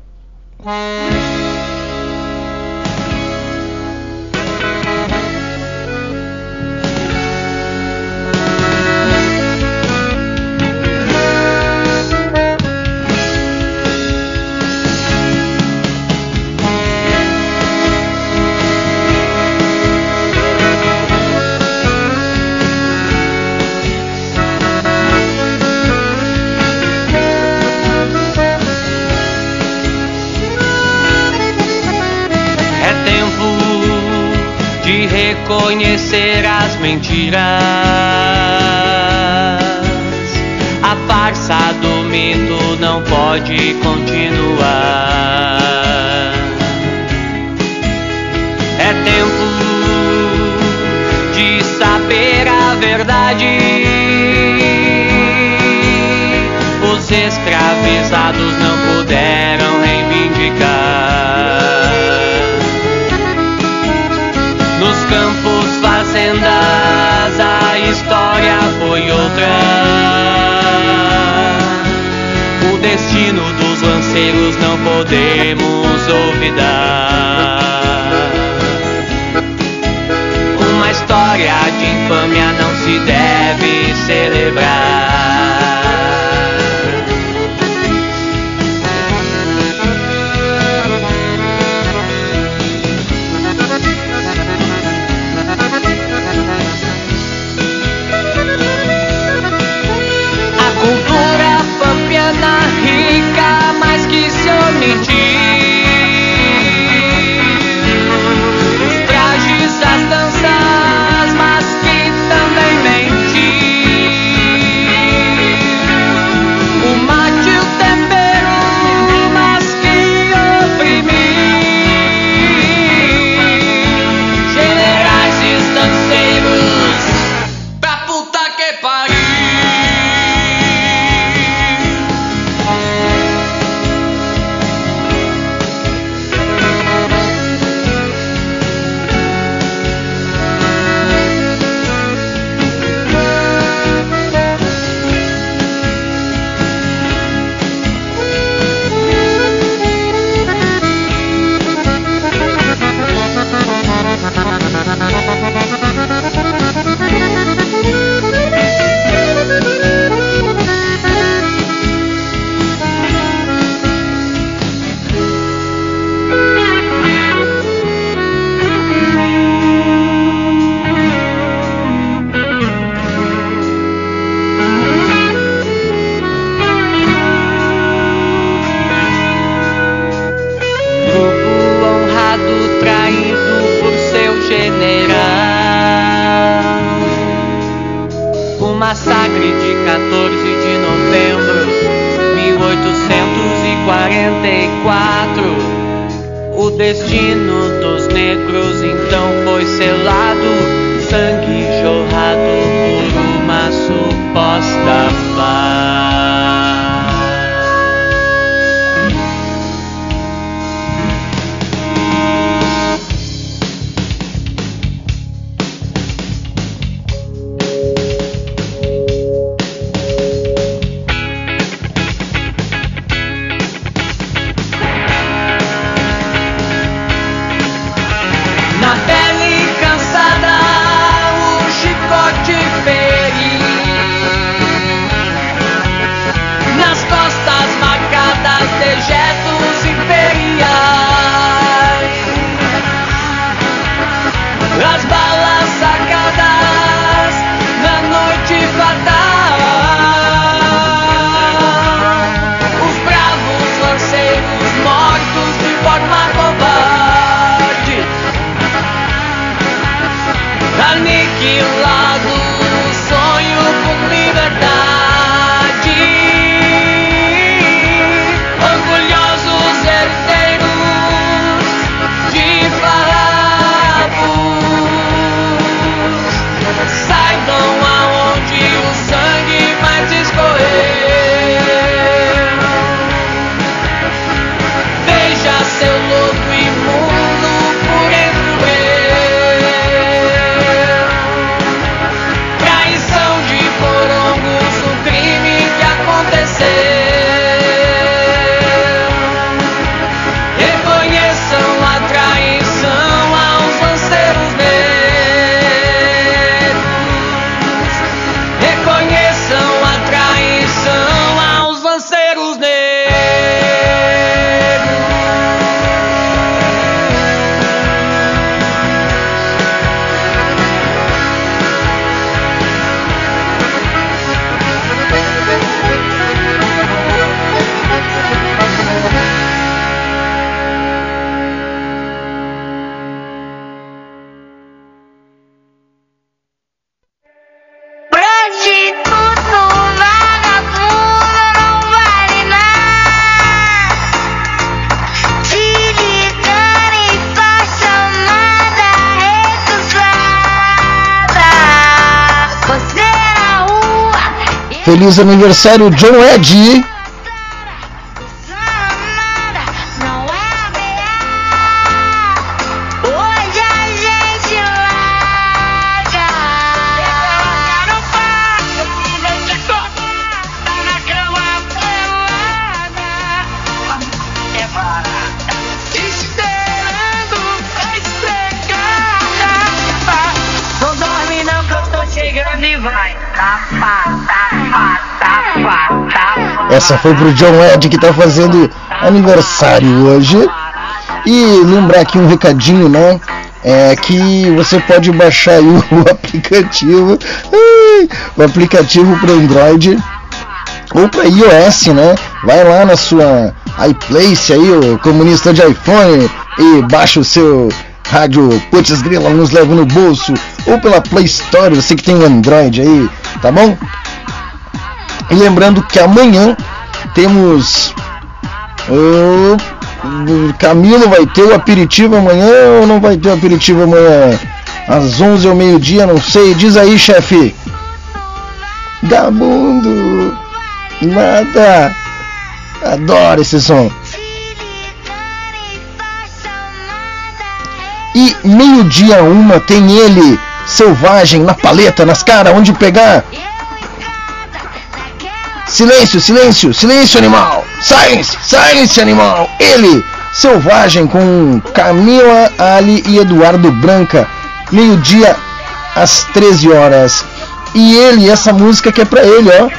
Conhecer as mentiras, a farsa do mito não pode continuar. É tempo de saber a verdade. Os escravizados não puderam reivindicar. Nos campos, fazendas, a história foi outra. O destino dos lanceiros não podemos olvidar. Uma história de infâmia não se deve celebrar. Rica, mas que se omitiu. Os trajes, as danças, mas que também mentiu. O mate, o tempero, mas que oprimiu. Generais e estanceiros, pra puta que pariu. Massacre de quatorze de novembro de mil oitocentos e quarenta e quatro. O destino dos negros então foi selado, sangue jorrado por uma suposta paz. Feliz aniversário, John Eddy. Essa foi pro John Eddy, que tá fazendo aniversário hoje. E lembrar aqui um recadinho, né? É que você pode baixar aí o aplicativo, o aplicativo para Android ou para iOS, né? Vai lá na sua iPlace aí, o comunista de iPhone, e baixa o seu rádio Putz Grila, nos leva no bolso, ou pela Play Store, você que tem o Android aí, tá bom? E lembrando que amanhã temos o Camilo vai ter o aperitivo amanhã ou não vai ter o aperitivo amanhã? Às onze ao meio-dia, não sei. Diz aí, chefe. Gabundo. Nada. Adoro esse som. E meio-dia uma tem ele, Selvagem, na paleta, nas caras, onde pegar. Silêncio, silêncio, silêncio, animal. Silence, silence, animal. Ele, Selvagem, com Camila, Ali e Eduardo Branca. Meio-dia às treze horas. E ele, essa música que é pra ele, ó,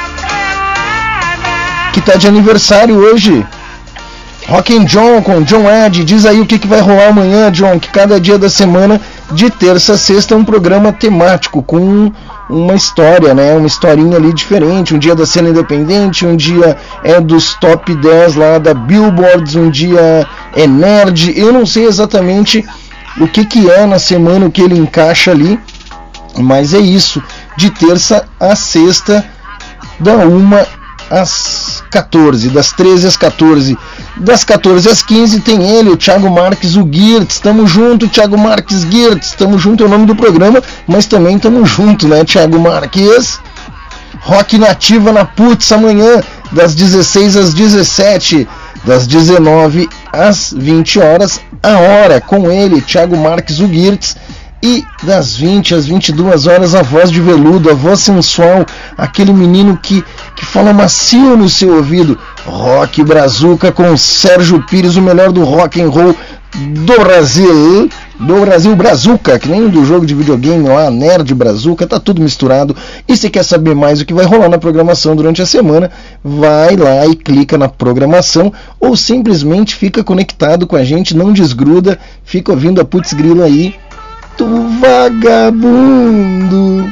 que tá de aniversário hoje. Rockin' John com John Eddy. Diz aí o que, que vai rolar amanhã, John. Que cada dia da semana, de terça a sexta, é um programa temático com uma história, né? Uma historinha ali diferente. Um dia da cena independente, um dia é dos top dez lá da Billboard, um dia é nerd. Eu não sei exatamente o que, que é na semana, o que ele encaixa ali, mas é isso. De terça a sexta, da uma às quatorze, das treze às quatorze, das quatorze às quinze tem ele, o Thiago Marques, o Girtz. Tamo junto, Thiago Marques Girtz. Tamo junto é o nome do programa, mas também tamo junto, né, Thiago Marques? Rock Nativa na Putz amanhã, das dezesseis às dezessete, das dezenove às vinte horas, a hora com ele, Thiago Marques, o Girtz. E das vinte às vinte e duas horas, a voz de veludo, a voz sensual, aquele menino que, que fala macio no seu ouvido, Rock Brazuca com Sérgio Pires, o melhor do rock and roll do Brasil, do Brasil Brazuca, que nem do jogo de videogame lá, Nerd Brazuca, tá tudo misturado. E se quer saber mais o que vai rolar na programação durante a semana, vai lá e clica na programação, ou simplesmente fica conectado com a gente, não desgruda, fica ouvindo a Putz Grila aí, tu vagabundo.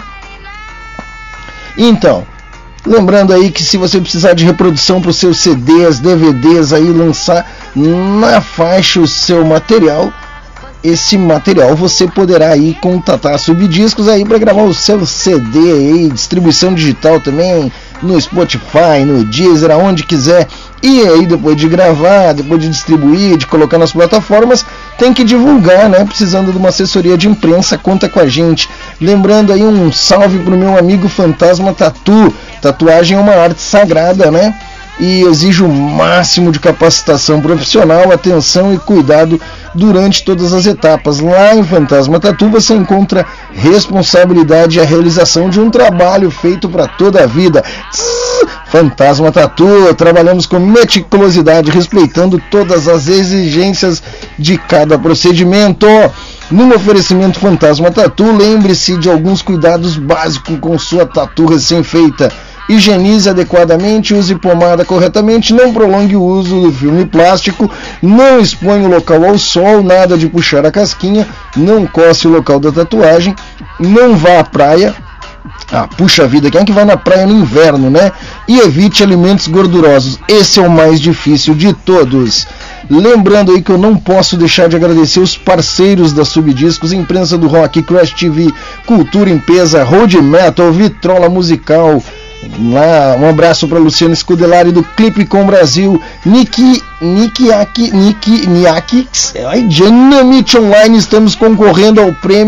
Então, lembrando aí que se você precisar de reprodução para os seus C Ds, D V Ds, aí lançar na faixa o seu material, esse material você poderá aí contatar a Subdiscos aí para gravar o seu C D aí, distribuição digital também, no Spotify, no Deezer, aonde quiser. E aí depois de gravar, depois de distribuir, de colocar nas plataformas, tem que divulgar, né? Precisando de uma assessoria de imprensa, conta com a gente. Lembrando aí um salve pro meu amigo Fantasma Tatu. Tatuagem é uma arte sagrada, né? E exige o máximo de capacitação profissional, atenção e cuidado durante todas as etapas. Lá em Fantasma Tatu você encontra responsabilidade e a realização de um trabalho feito para toda a vida. Fantasma Tatu, trabalhamos com meticulosidade, respeitando todas as exigências de cada procedimento. No oferecimento Fantasma Tatu, lembre-se de alguns cuidados básicos com sua tatu recém-feita. Higienize adequadamente, use pomada corretamente, não prolongue o uso do filme plástico, não exponha o local ao sol, nada de puxar a casquinha, não coce o local da tatuagem, não vá à praia. Ah, puxa vida, quem é que vai na praia no inverno, né? E evite alimentos gordurosos, esse é o mais difícil de todos. Lembrando aí que eu não posso deixar de agradecer os parceiros da Subdiscos, Imprensa do Rock, Crash T V, Cultura Empresa, Road Metal, Vitrola Musical. Lá, um abraço para Luciano Scudelari do Clipe com Brasil, Niki, Niki, Aki, Niki, Niaki, Dynamite Online. Estamos concorrendo ao prêmio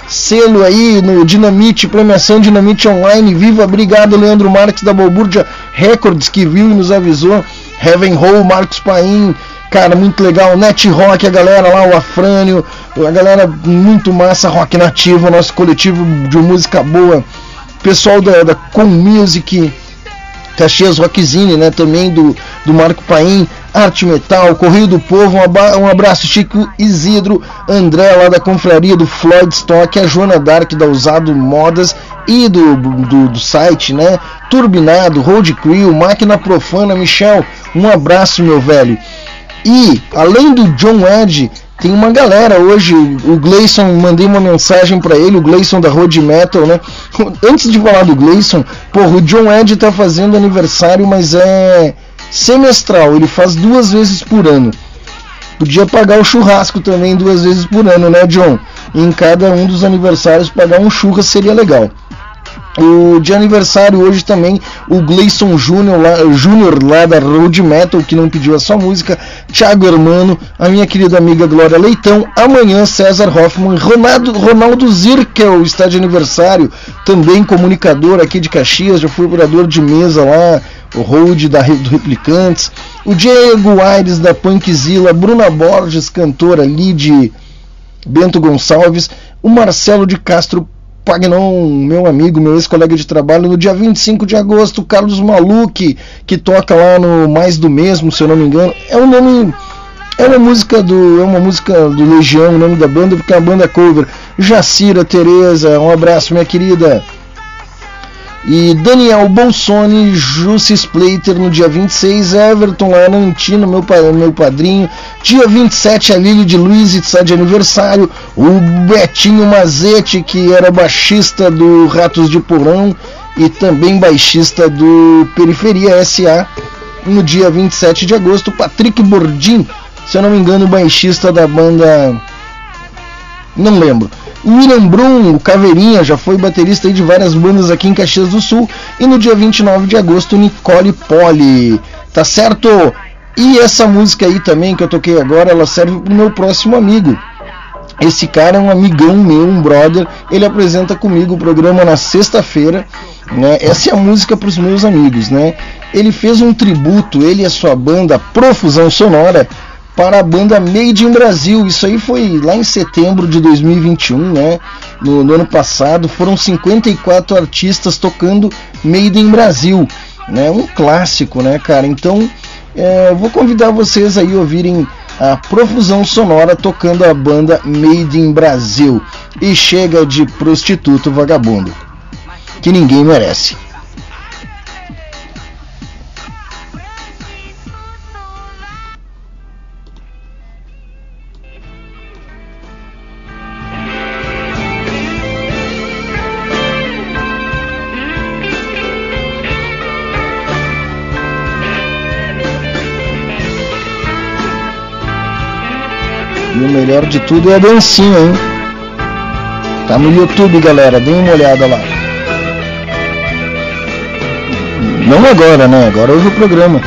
selo aí no Dinamite, premiação Dinamite Online, viva, obrigado Leandro Marques da Balbúrdia Records, que viu e nos avisou, Heaven Hole, Marcos Paim, cara, muito legal, Net Rock, a galera lá, o Afrânio, a galera muito massa, Rock Nativo, nosso coletivo de música boa, pessoal da, da Com Music, Caxias Rockzine, né, também do, do Marco Paim, Arte Metal, Correio do Povo, um abraço Chico Isidro, André lá da Confraria do Floyd Stock, a Joana Dark da Usado Modas e do, do, do site, né, Turbinado, Road Crew, Máquina Profana, Michel, um abraço meu velho. E além do John Edge, tem uma galera hoje, o Gleison, mandei uma mensagem pra ele, o Gleison da Road Metal, né? Antes de falar do Gleison, porra, o John Edge tá fazendo aniversário, mas é semestral, ele faz duas vezes por ano. Podia pagar o churrasco também duas vezes por ano, né, John? E em cada um dos aniversários pagar um churras seria legal. O de aniversário hoje também o Gleison Júnior lá, Júnior lá da Road Metal, que não pediu a sua música, Thiago Hermano, a minha querida amiga Glória Leitão, amanhã César Hoffman, Ronaldo, Ronaldo Zirkel está de aniversário, também comunicador aqui de Caxias, já foi operador de mesa lá, o Road da, do Replicantes, o Diego Aires da Punkzilla, Bruna Borges, cantora ali de Bento Gonçalves, o Marcelo de Castro Pagnon, meu amigo, meu ex-colega de trabalho, no dia vinte e cinco de agosto, Carlos Maluque, que toca lá no Mais do Mesmo, se eu não me engano, é um nome, é uma música do, é uma música do Legião, o nome da banda, porque é uma banda cover. Jacira Tereza, um abraço, minha querida. E Daniel Bolsoni, Jussi Splater no dia vinte e seis, Everton Larantino, meu, meu padrinho. Dia vinte e sete, a Lili de Luiz está de aniversário. O Betinho Mazete, que era baixista do Ratos de Porão e também baixista do Periferia S A. No dia vinte e sete de agosto, Patrick Bordim, se eu não me engano, baixista da banda... não lembro. William Brum, o Caveirinha, já foi baterista de várias bandas aqui em Caxias do Sul. E no dia vinte e nove de agosto, Nicole Poli. Tá certo? E essa música aí também que eu toquei agora, ela serve pro meu próximo amigo. Esse cara é um amigão meu, um brother. Ele apresenta comigo o programa na sexta-feira, né? Essa é a música pros meus amigos, né? Ele fez um tributo, ele e a sua banda Profusão Sonora, para a banda Made in Brasil. Isso aí foi lá em setembro de dois mil e vinte e um, né? No, no ano passado, foram cinquenta e quatro artistas tocando Made in Brasil, né? Um clássico, né, cara? Então, é, eu vou convidar vocês aí a ouvirem a Profusão Sonora tocando a banda Made in Brasil. E chega de prostituto vagabundo, que ninguém merece. E o melhor de tudo é a dancinha, hein? Tá no YouTube, galera, dêem uma olhada lá. Não agora, né? Agora ouve o programa.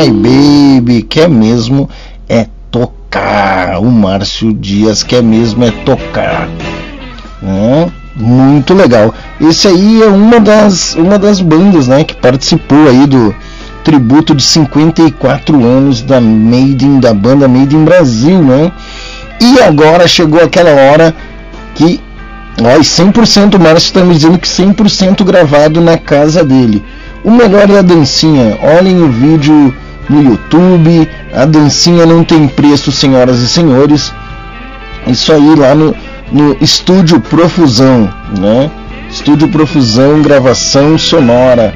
My Baby quer mesmo é tocar. O Márcio Dias quer mesmo é tocar. É, muito legal. Esse aí é uma das, uma das bandas, né, que participou aí do tributo de cinquenta e quatro anos da Made in, da banda Made in Brasil, né? E agora chegou aquela hora que, ó, cem por cento, o Márcio está me dizendo que cem por cento gravado na casa dele. O melhor é a dancinha. Olhem o vídeo no YouTube. A dancinha não tem preço, senhoras e senhores. Isso aí lá no, no Estúdio Profusão, né? Estúdio Profusão, gravação sonora.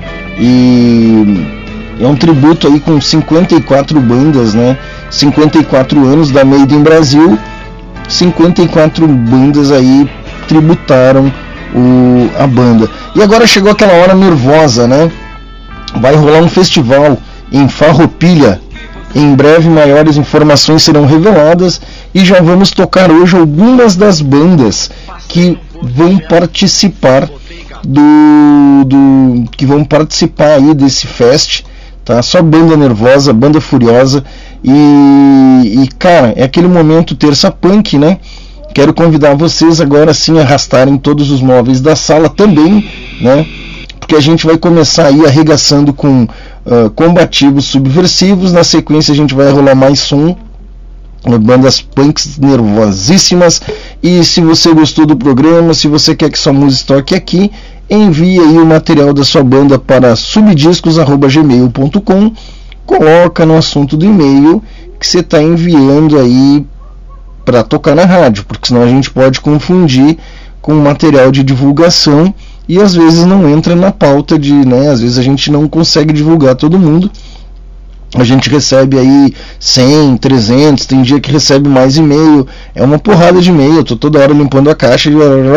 E é um tributo aí com cinquenta e quatro bandas, né? cinquenta e quatro anos da Made in Brasil. cinquenta e quatro bandas aí tributaram o, a banda. E agora chegou aquela hora nervosa, né? Vai rolar um festival em Farroupilha. Em breve maiores informações serão reveladas e já vamos tocar hoje algumas das bandas que vão participar do, do que vão participar aí desse fest, tá? Só banda nervosa, banda furiosa e, e cara, é aquele momento terça punk, né? Quero convidar vocês agora sim a arrastarem todos os móveis da sala também, né? Porque a gente vai começar aí arregaçando com uh, combativos subversivos. Na sequência a gente vai rolar mais som, bandas punks nervosíssimas. E se você gostou do programa, se você quer que sua música toque aqui, envie aí o material da sua banda para subdiscos arroba gmail ponto com. Coloca no assunto do e-mail que você está enviando aí para tocar na rádio, porque senão a gente pode confundir com material de divulgação e às vezes não entra na pauta de, né, às vezes a gente não consegue divulgar todo mundo. A gente recebe aí cem, trezentos, tem dia que recebe mais e-mail, é uma porrada de e-mail, eu tô toda hora limpando a caixa,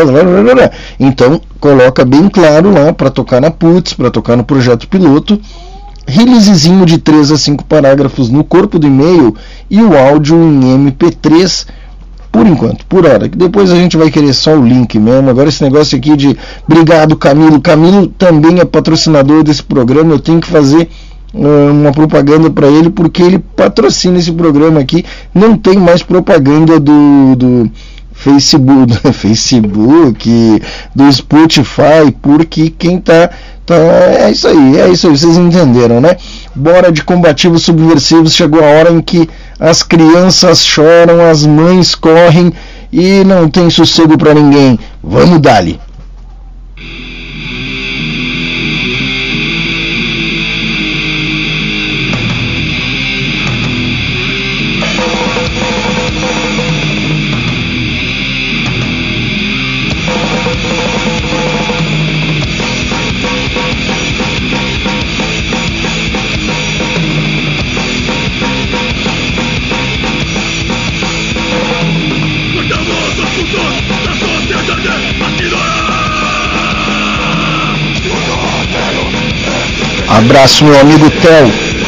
então coloca bem claro lá para tocar na Putz, para tocar no projeto piloto, releasezinho de três a cinco parágrafos no corpo do e-mail e o áudio em M P três por enquanto, por hora, que depois a gente vai querer só o link mesmo. Agora esse negócio aqui de obrigado Camilo, Camilo também é patrocinador desse programa, eu tenho que fazer uh, uma propaganda para ele, porque ele patrocina esse programa aqui, não tem mais propaganda do, do Facebook, do Facebook, do Spotify, porque quem tá, tá, é isso aí, é isso aí, vocês entenderam, né? Bora de combativos subversivos, chegou a hora em que as crianças choram, as mães correm e não tem sossego para ninguém. Vamos dali. Abraço, meu amigo Theo.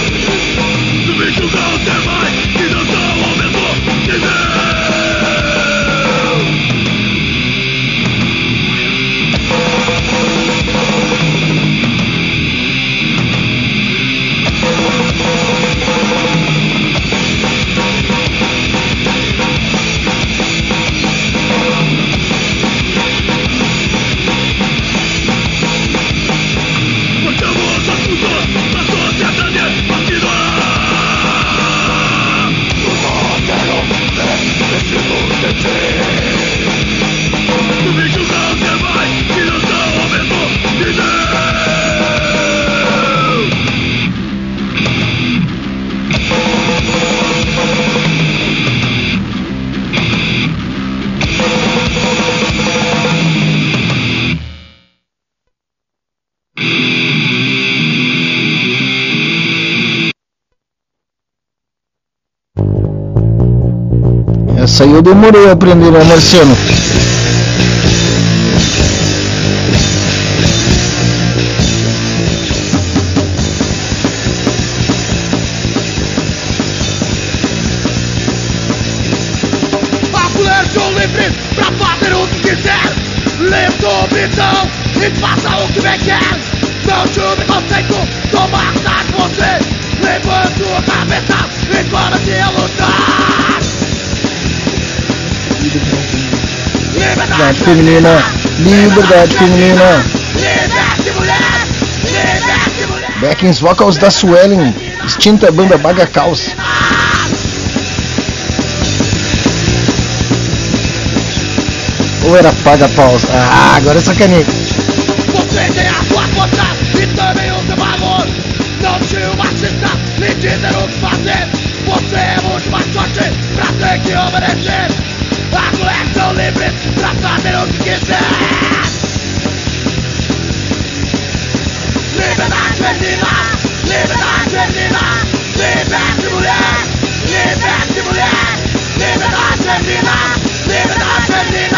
Essa aí eu demorei a aprender, né, Marciano? Mulheres são livres pra fazer o que quiser. Livre do bidão e faça o que bem quer. Não te preconceito, toma cuidado você. Levanta sua cabeça e comece a lutar. Liberdade feminina, liberdade feminina. Liberte mulher, liberte mulher. Backings vocals da Suelen, extinta banda Baga Caos. Ou era Paga Paus? Ah, agora é sacanei. Você tem a sua força e também o seu valor. Não te o machista lhe dizer o que fazer. Você é muito mais forte pra ter que obedecer. As mulheres são livres pra fazer o que quiser. Liberdade feminina, liberdade feminina. Liberte mulher, liberte mulher. Liberdade feminina, liberdade feminina.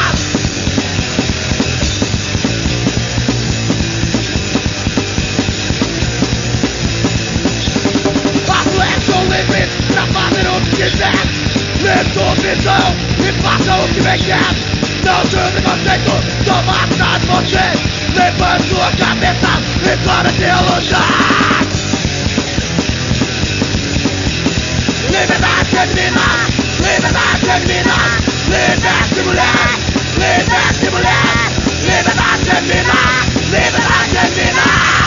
As mulheres são livres pra fazer o que quiser. Lê sua visão e faça o que bem quer. Não te preconceito, toma atrás de você. Levante sua cabeça e comece a lutar. Liberdade feminina, liberdade feminina. Liberte mulher, liberte mulher. Liberdade feminina, liberdade feminina.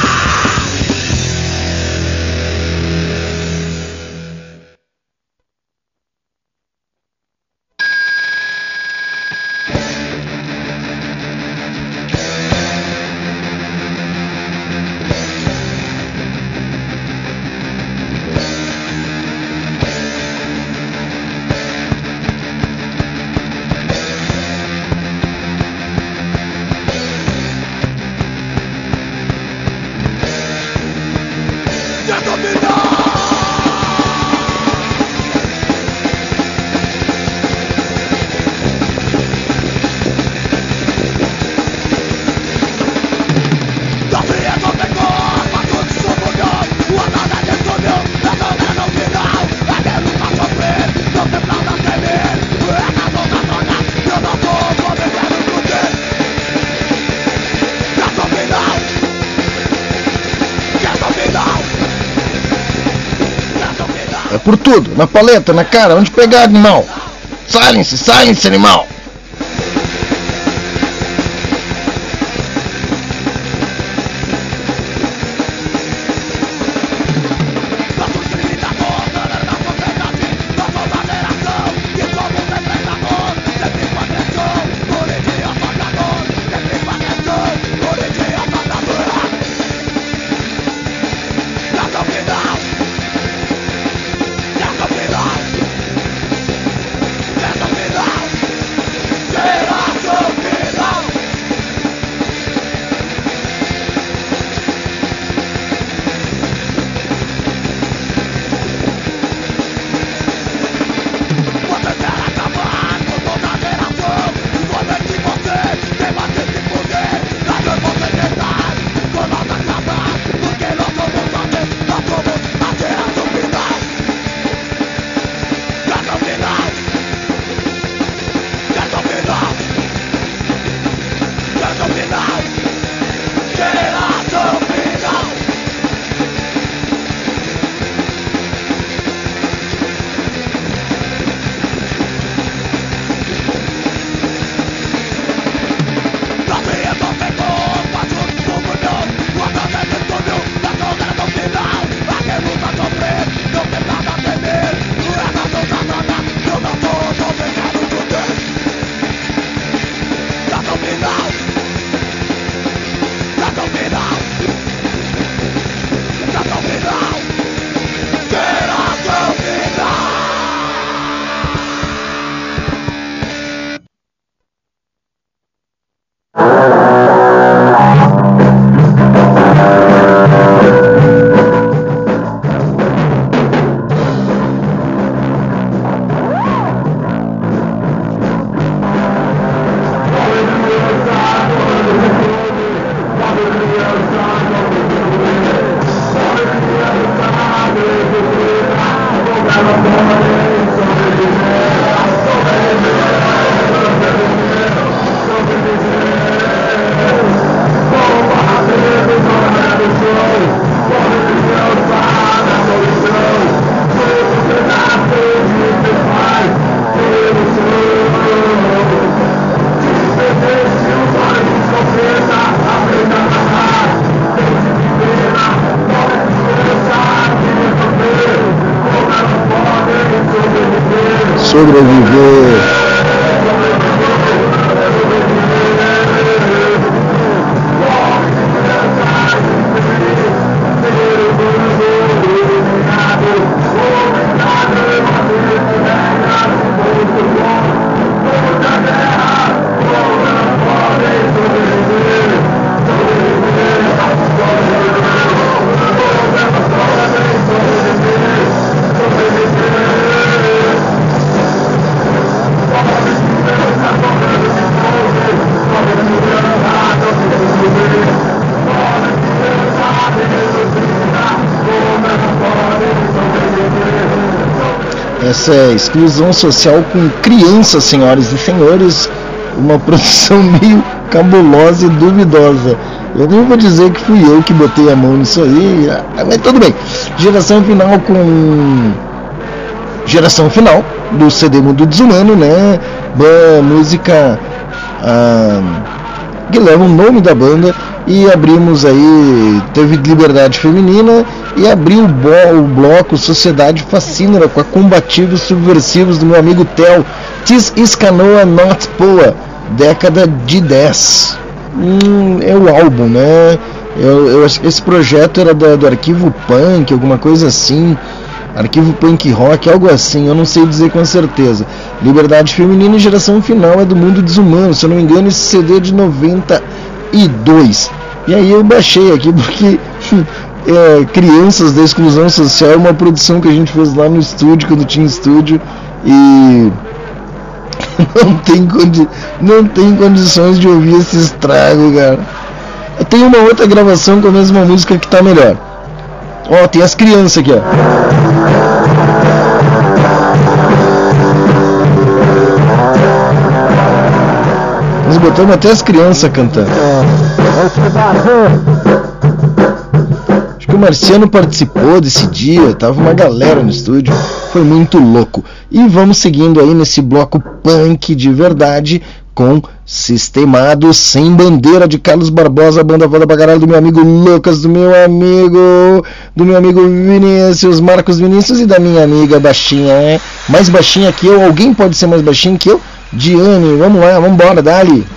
Por tudo, na paleta, na cara, onde pegar, animal. Silence, silence, animal. sobreviver. Essa é Exclusão Social com Crianças, senhoras e senhores, uma produção meio cabulosa e duvidosa. Eu não vou dizer que fui eu que botei a mão nisso aí, mas tudo bem. Geração Final com Geração Final do C D Mundo Desumano, né? Ba- música ah, que leva o nome da banda. E abrimos aí, teve Liberdade Feminina e abriu o, bo- o bloco Sociedade Fascínora com a Combativos Subversivos do meu amigo Theo. This is Canoa Not Poa, década de dez. Hum, é o álbum, né? Eu, eu, esse projeto era do, do Arquivo Punk, alguma coisa assim. Arquivo Punk Rock, algo assim, eu não sei dizer com certeza. Liberdade Feminina e Geração Final é do Mundo Desumano, se eu não me engano esse C D é de noventa e dois. E aí eu baixei aqui porque é, Crianças da Exclusão Social é uma produção que a gente fez lá no estúdio, quando tinha estúdio, e não tem, condi- não tem condições de ouvir esse estrago, cara. Tem uma outra gravação com a mesma música que tá melhor. Ó, tem as crianças aqui, ó. Nós botamos até as crianças cantando. Acho que o Marciano participou desse dia, tava uma galera no estúdio, foi muito louco. E vamos seguindo aí nesse bloco punk de verdade com Sistemado Sem Bandeira de Carlos Barbosa, a banda foda pra caralho do meu amigo Lucas, do meu amigo, do meu amigo Vinícius, Marcos Vinícius e da minha amiga baixinha, né? Mais baixinha que eu, alguém pode ser mais baixinho que eu? Diane, vamos lá, vamos embora, dali.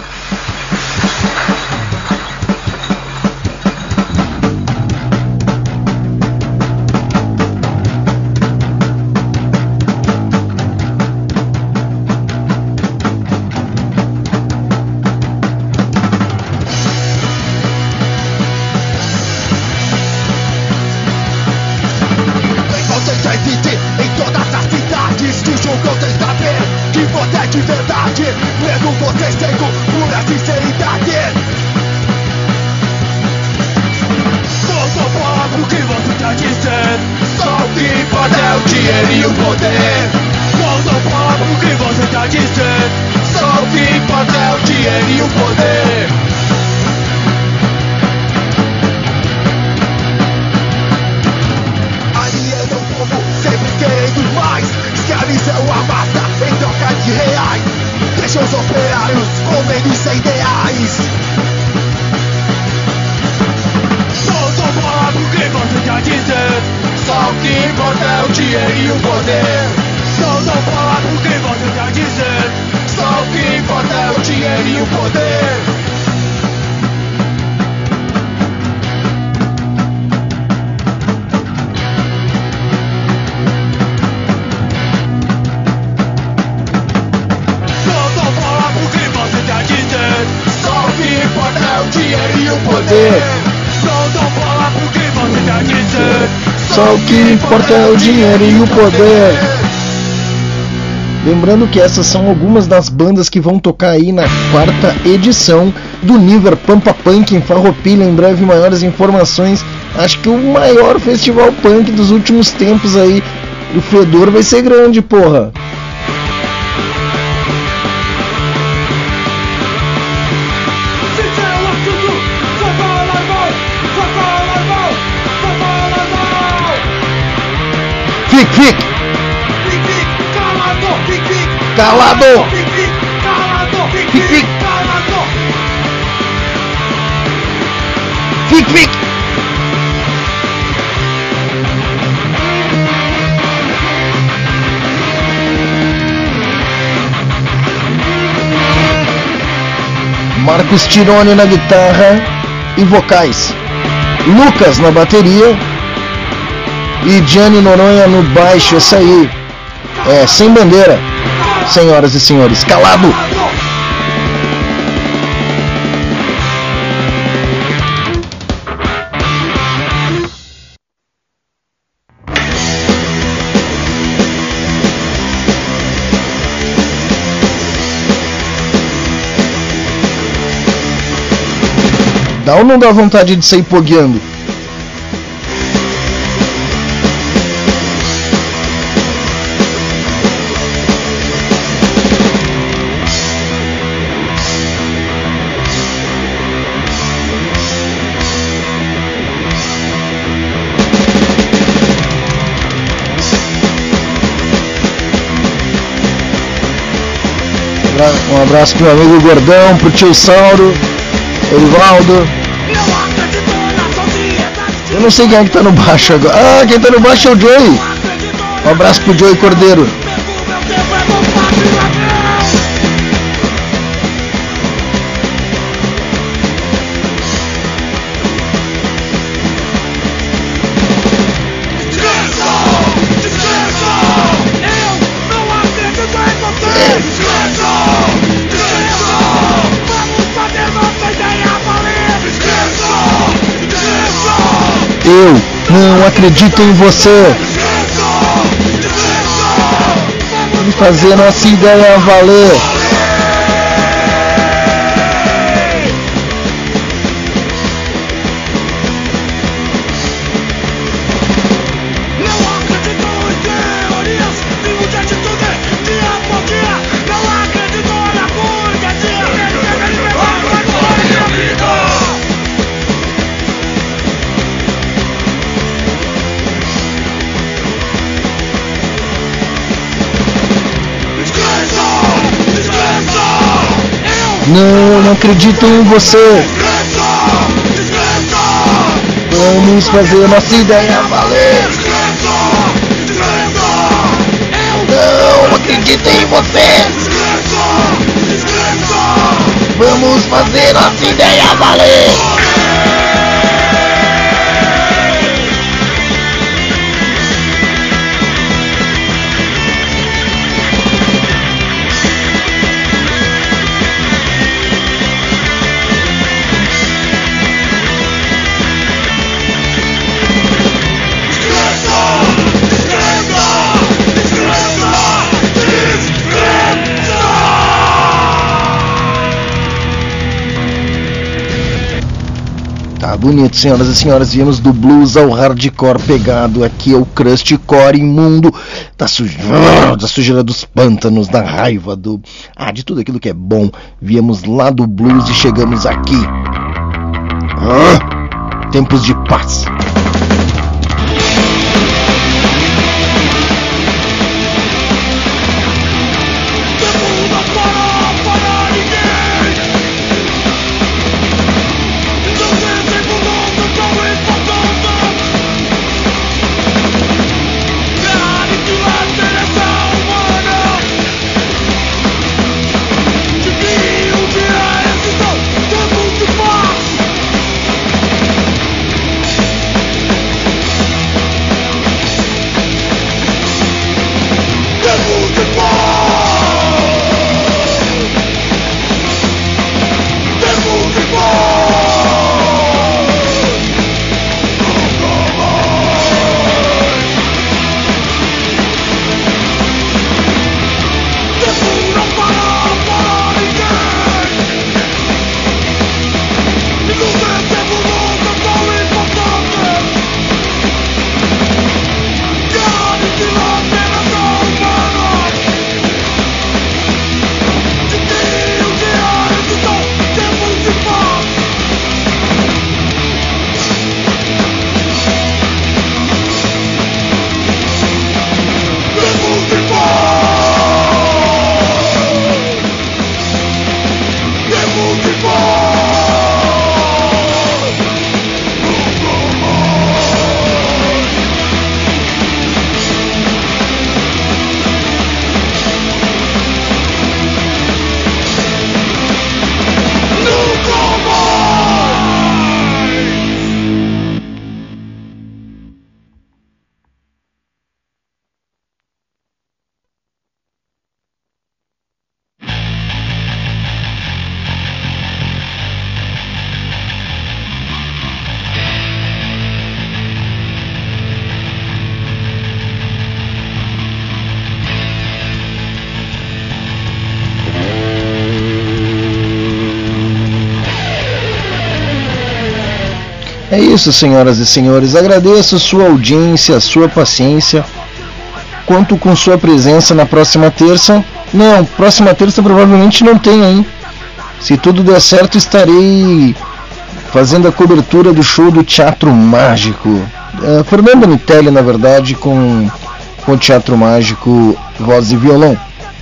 Só o que importa é o dinheiro e o poder. Lembrando que essas são algumas das bandas que vão tocar aí na quarta edição do Niver Pampa Punk em Farroupilha. Em breve maiores informações. Acho que o maior festival punk dos últimos tempos aí. O fedor vai ser grande, porra. Fique, fique! Calado! Fique, fique! Fique, fique! Marcos Tironi na guitarra e vocais, Lucas na bateria e Gianni Noronha no baixo. Essa aí é Sem Bandeira, senhoras e senhores. Calado! Dá ou não dá vontade de sair pogueando? Um abraço pro meu amigo Gordão, pro tio Sauro, Erivaldo. Eu não sei quem é que tá no baixo agora. Ah, quem tá no baixo é o Joey. Um abraço pro Joey Cordeiro. Eu não acredito em você. Vamos fazer nossa ideia valer. Não, não acredito em você. Vamos fazer nossa ideia valer. Não acredito em você. Vamos fazer nossa ideia valer. Tá bonito, senhoras e senhores. Viemos do blues ao hardcore pegado. Aqui é o crustcore imundo da, suja... da sujeira dos pântanos, da raiva, do... Ah, de tudo aquilo que é bom. Viemos lá do blues e chegamos aqui. Ah, tempos de paz. É isso, senhoras e senhores. Agradeço sua audiência, sua paciência. Conto com sua presença na próxima terça. Não, próxima terça provavelmente não tem, hein? Se tudo der certo, estarei fazendo a cobertura do show do Teatro Mágico. Uh, Fernando Mitelli, na verdade, com, com o Teatro Mágico, voz e violão.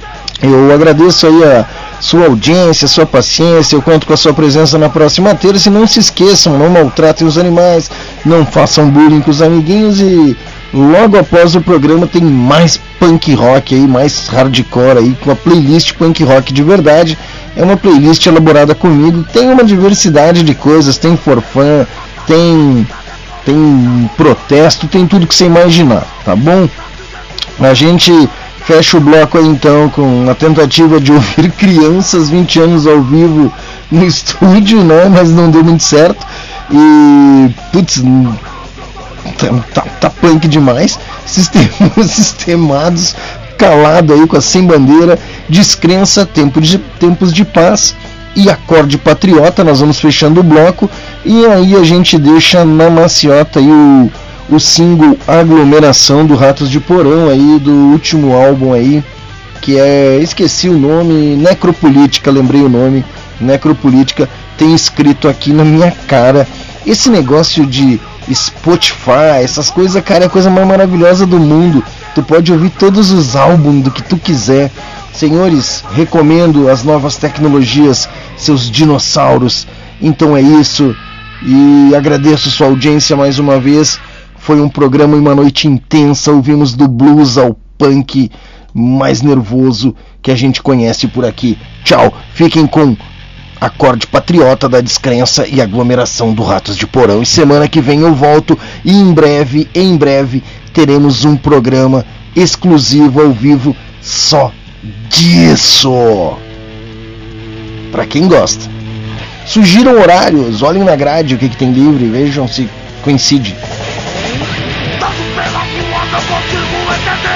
Eu agradeço aí a sua audiência, sua paciência. Eu conto com a sua presença na próxima terça. E não se esqueçam, não maltratem os animais, não façam bullying com os amiguinhos. E logo após o programa tem mais punk rock aí, mais hardcore aí, com a playlist punk rock de verdade. É uma playlist elaborada comigo, tem uma diversidade de coisas, tem forfã, tem tem protesto, tem tudo que você imaginar, tá bom? A gente fecha o bloco aí então com a tentativa de ouvir Crianças, vinte anos ao vivo no estúdio, né? Mas não deu muito certo. E putz, tá, tá, tá punk demais. Sistema, sistemados, calado aí com a Sem Bandeira, Descrença, Tempo de, Tempos de Paz e Acorde Patriota. Nós vamos fechando o bloco e aí a gente deixa na maciota aí o, o single Aglomeração do Ratos de Porão aí, do último álbum aí, que é, esqueci o nome, Necropolítica, lembrei o nome, Necropolítica, tem escrito aqui na minha cara. Esse negócio de Spotify, essas coisas, cara, é a coisa mais maravilhosa do mundo. Tu pode ouvir todos os álbuns do que tu quiser. Senhores, recomendo as novas tecnologias, seus dinossauros. Então é isso. E agradeço sua audiência mais uma vez. Foi um programa e uma noite intensa. Ouvimos do blues ao punk mais nervoso que a gente conhece por aqui. Tchau. Fiquem com Acorde Patriota da Descrença e Aglomeração do Ratos de Porão. E semana que vem eu volto. E em breve, em breve, teremos um programa exclusivo ao vivo só disso. Pra quem gosta. Sugiram horários, olhem na grade o que, que tem livre, vejam se coincide. Tanto pela voada contigo,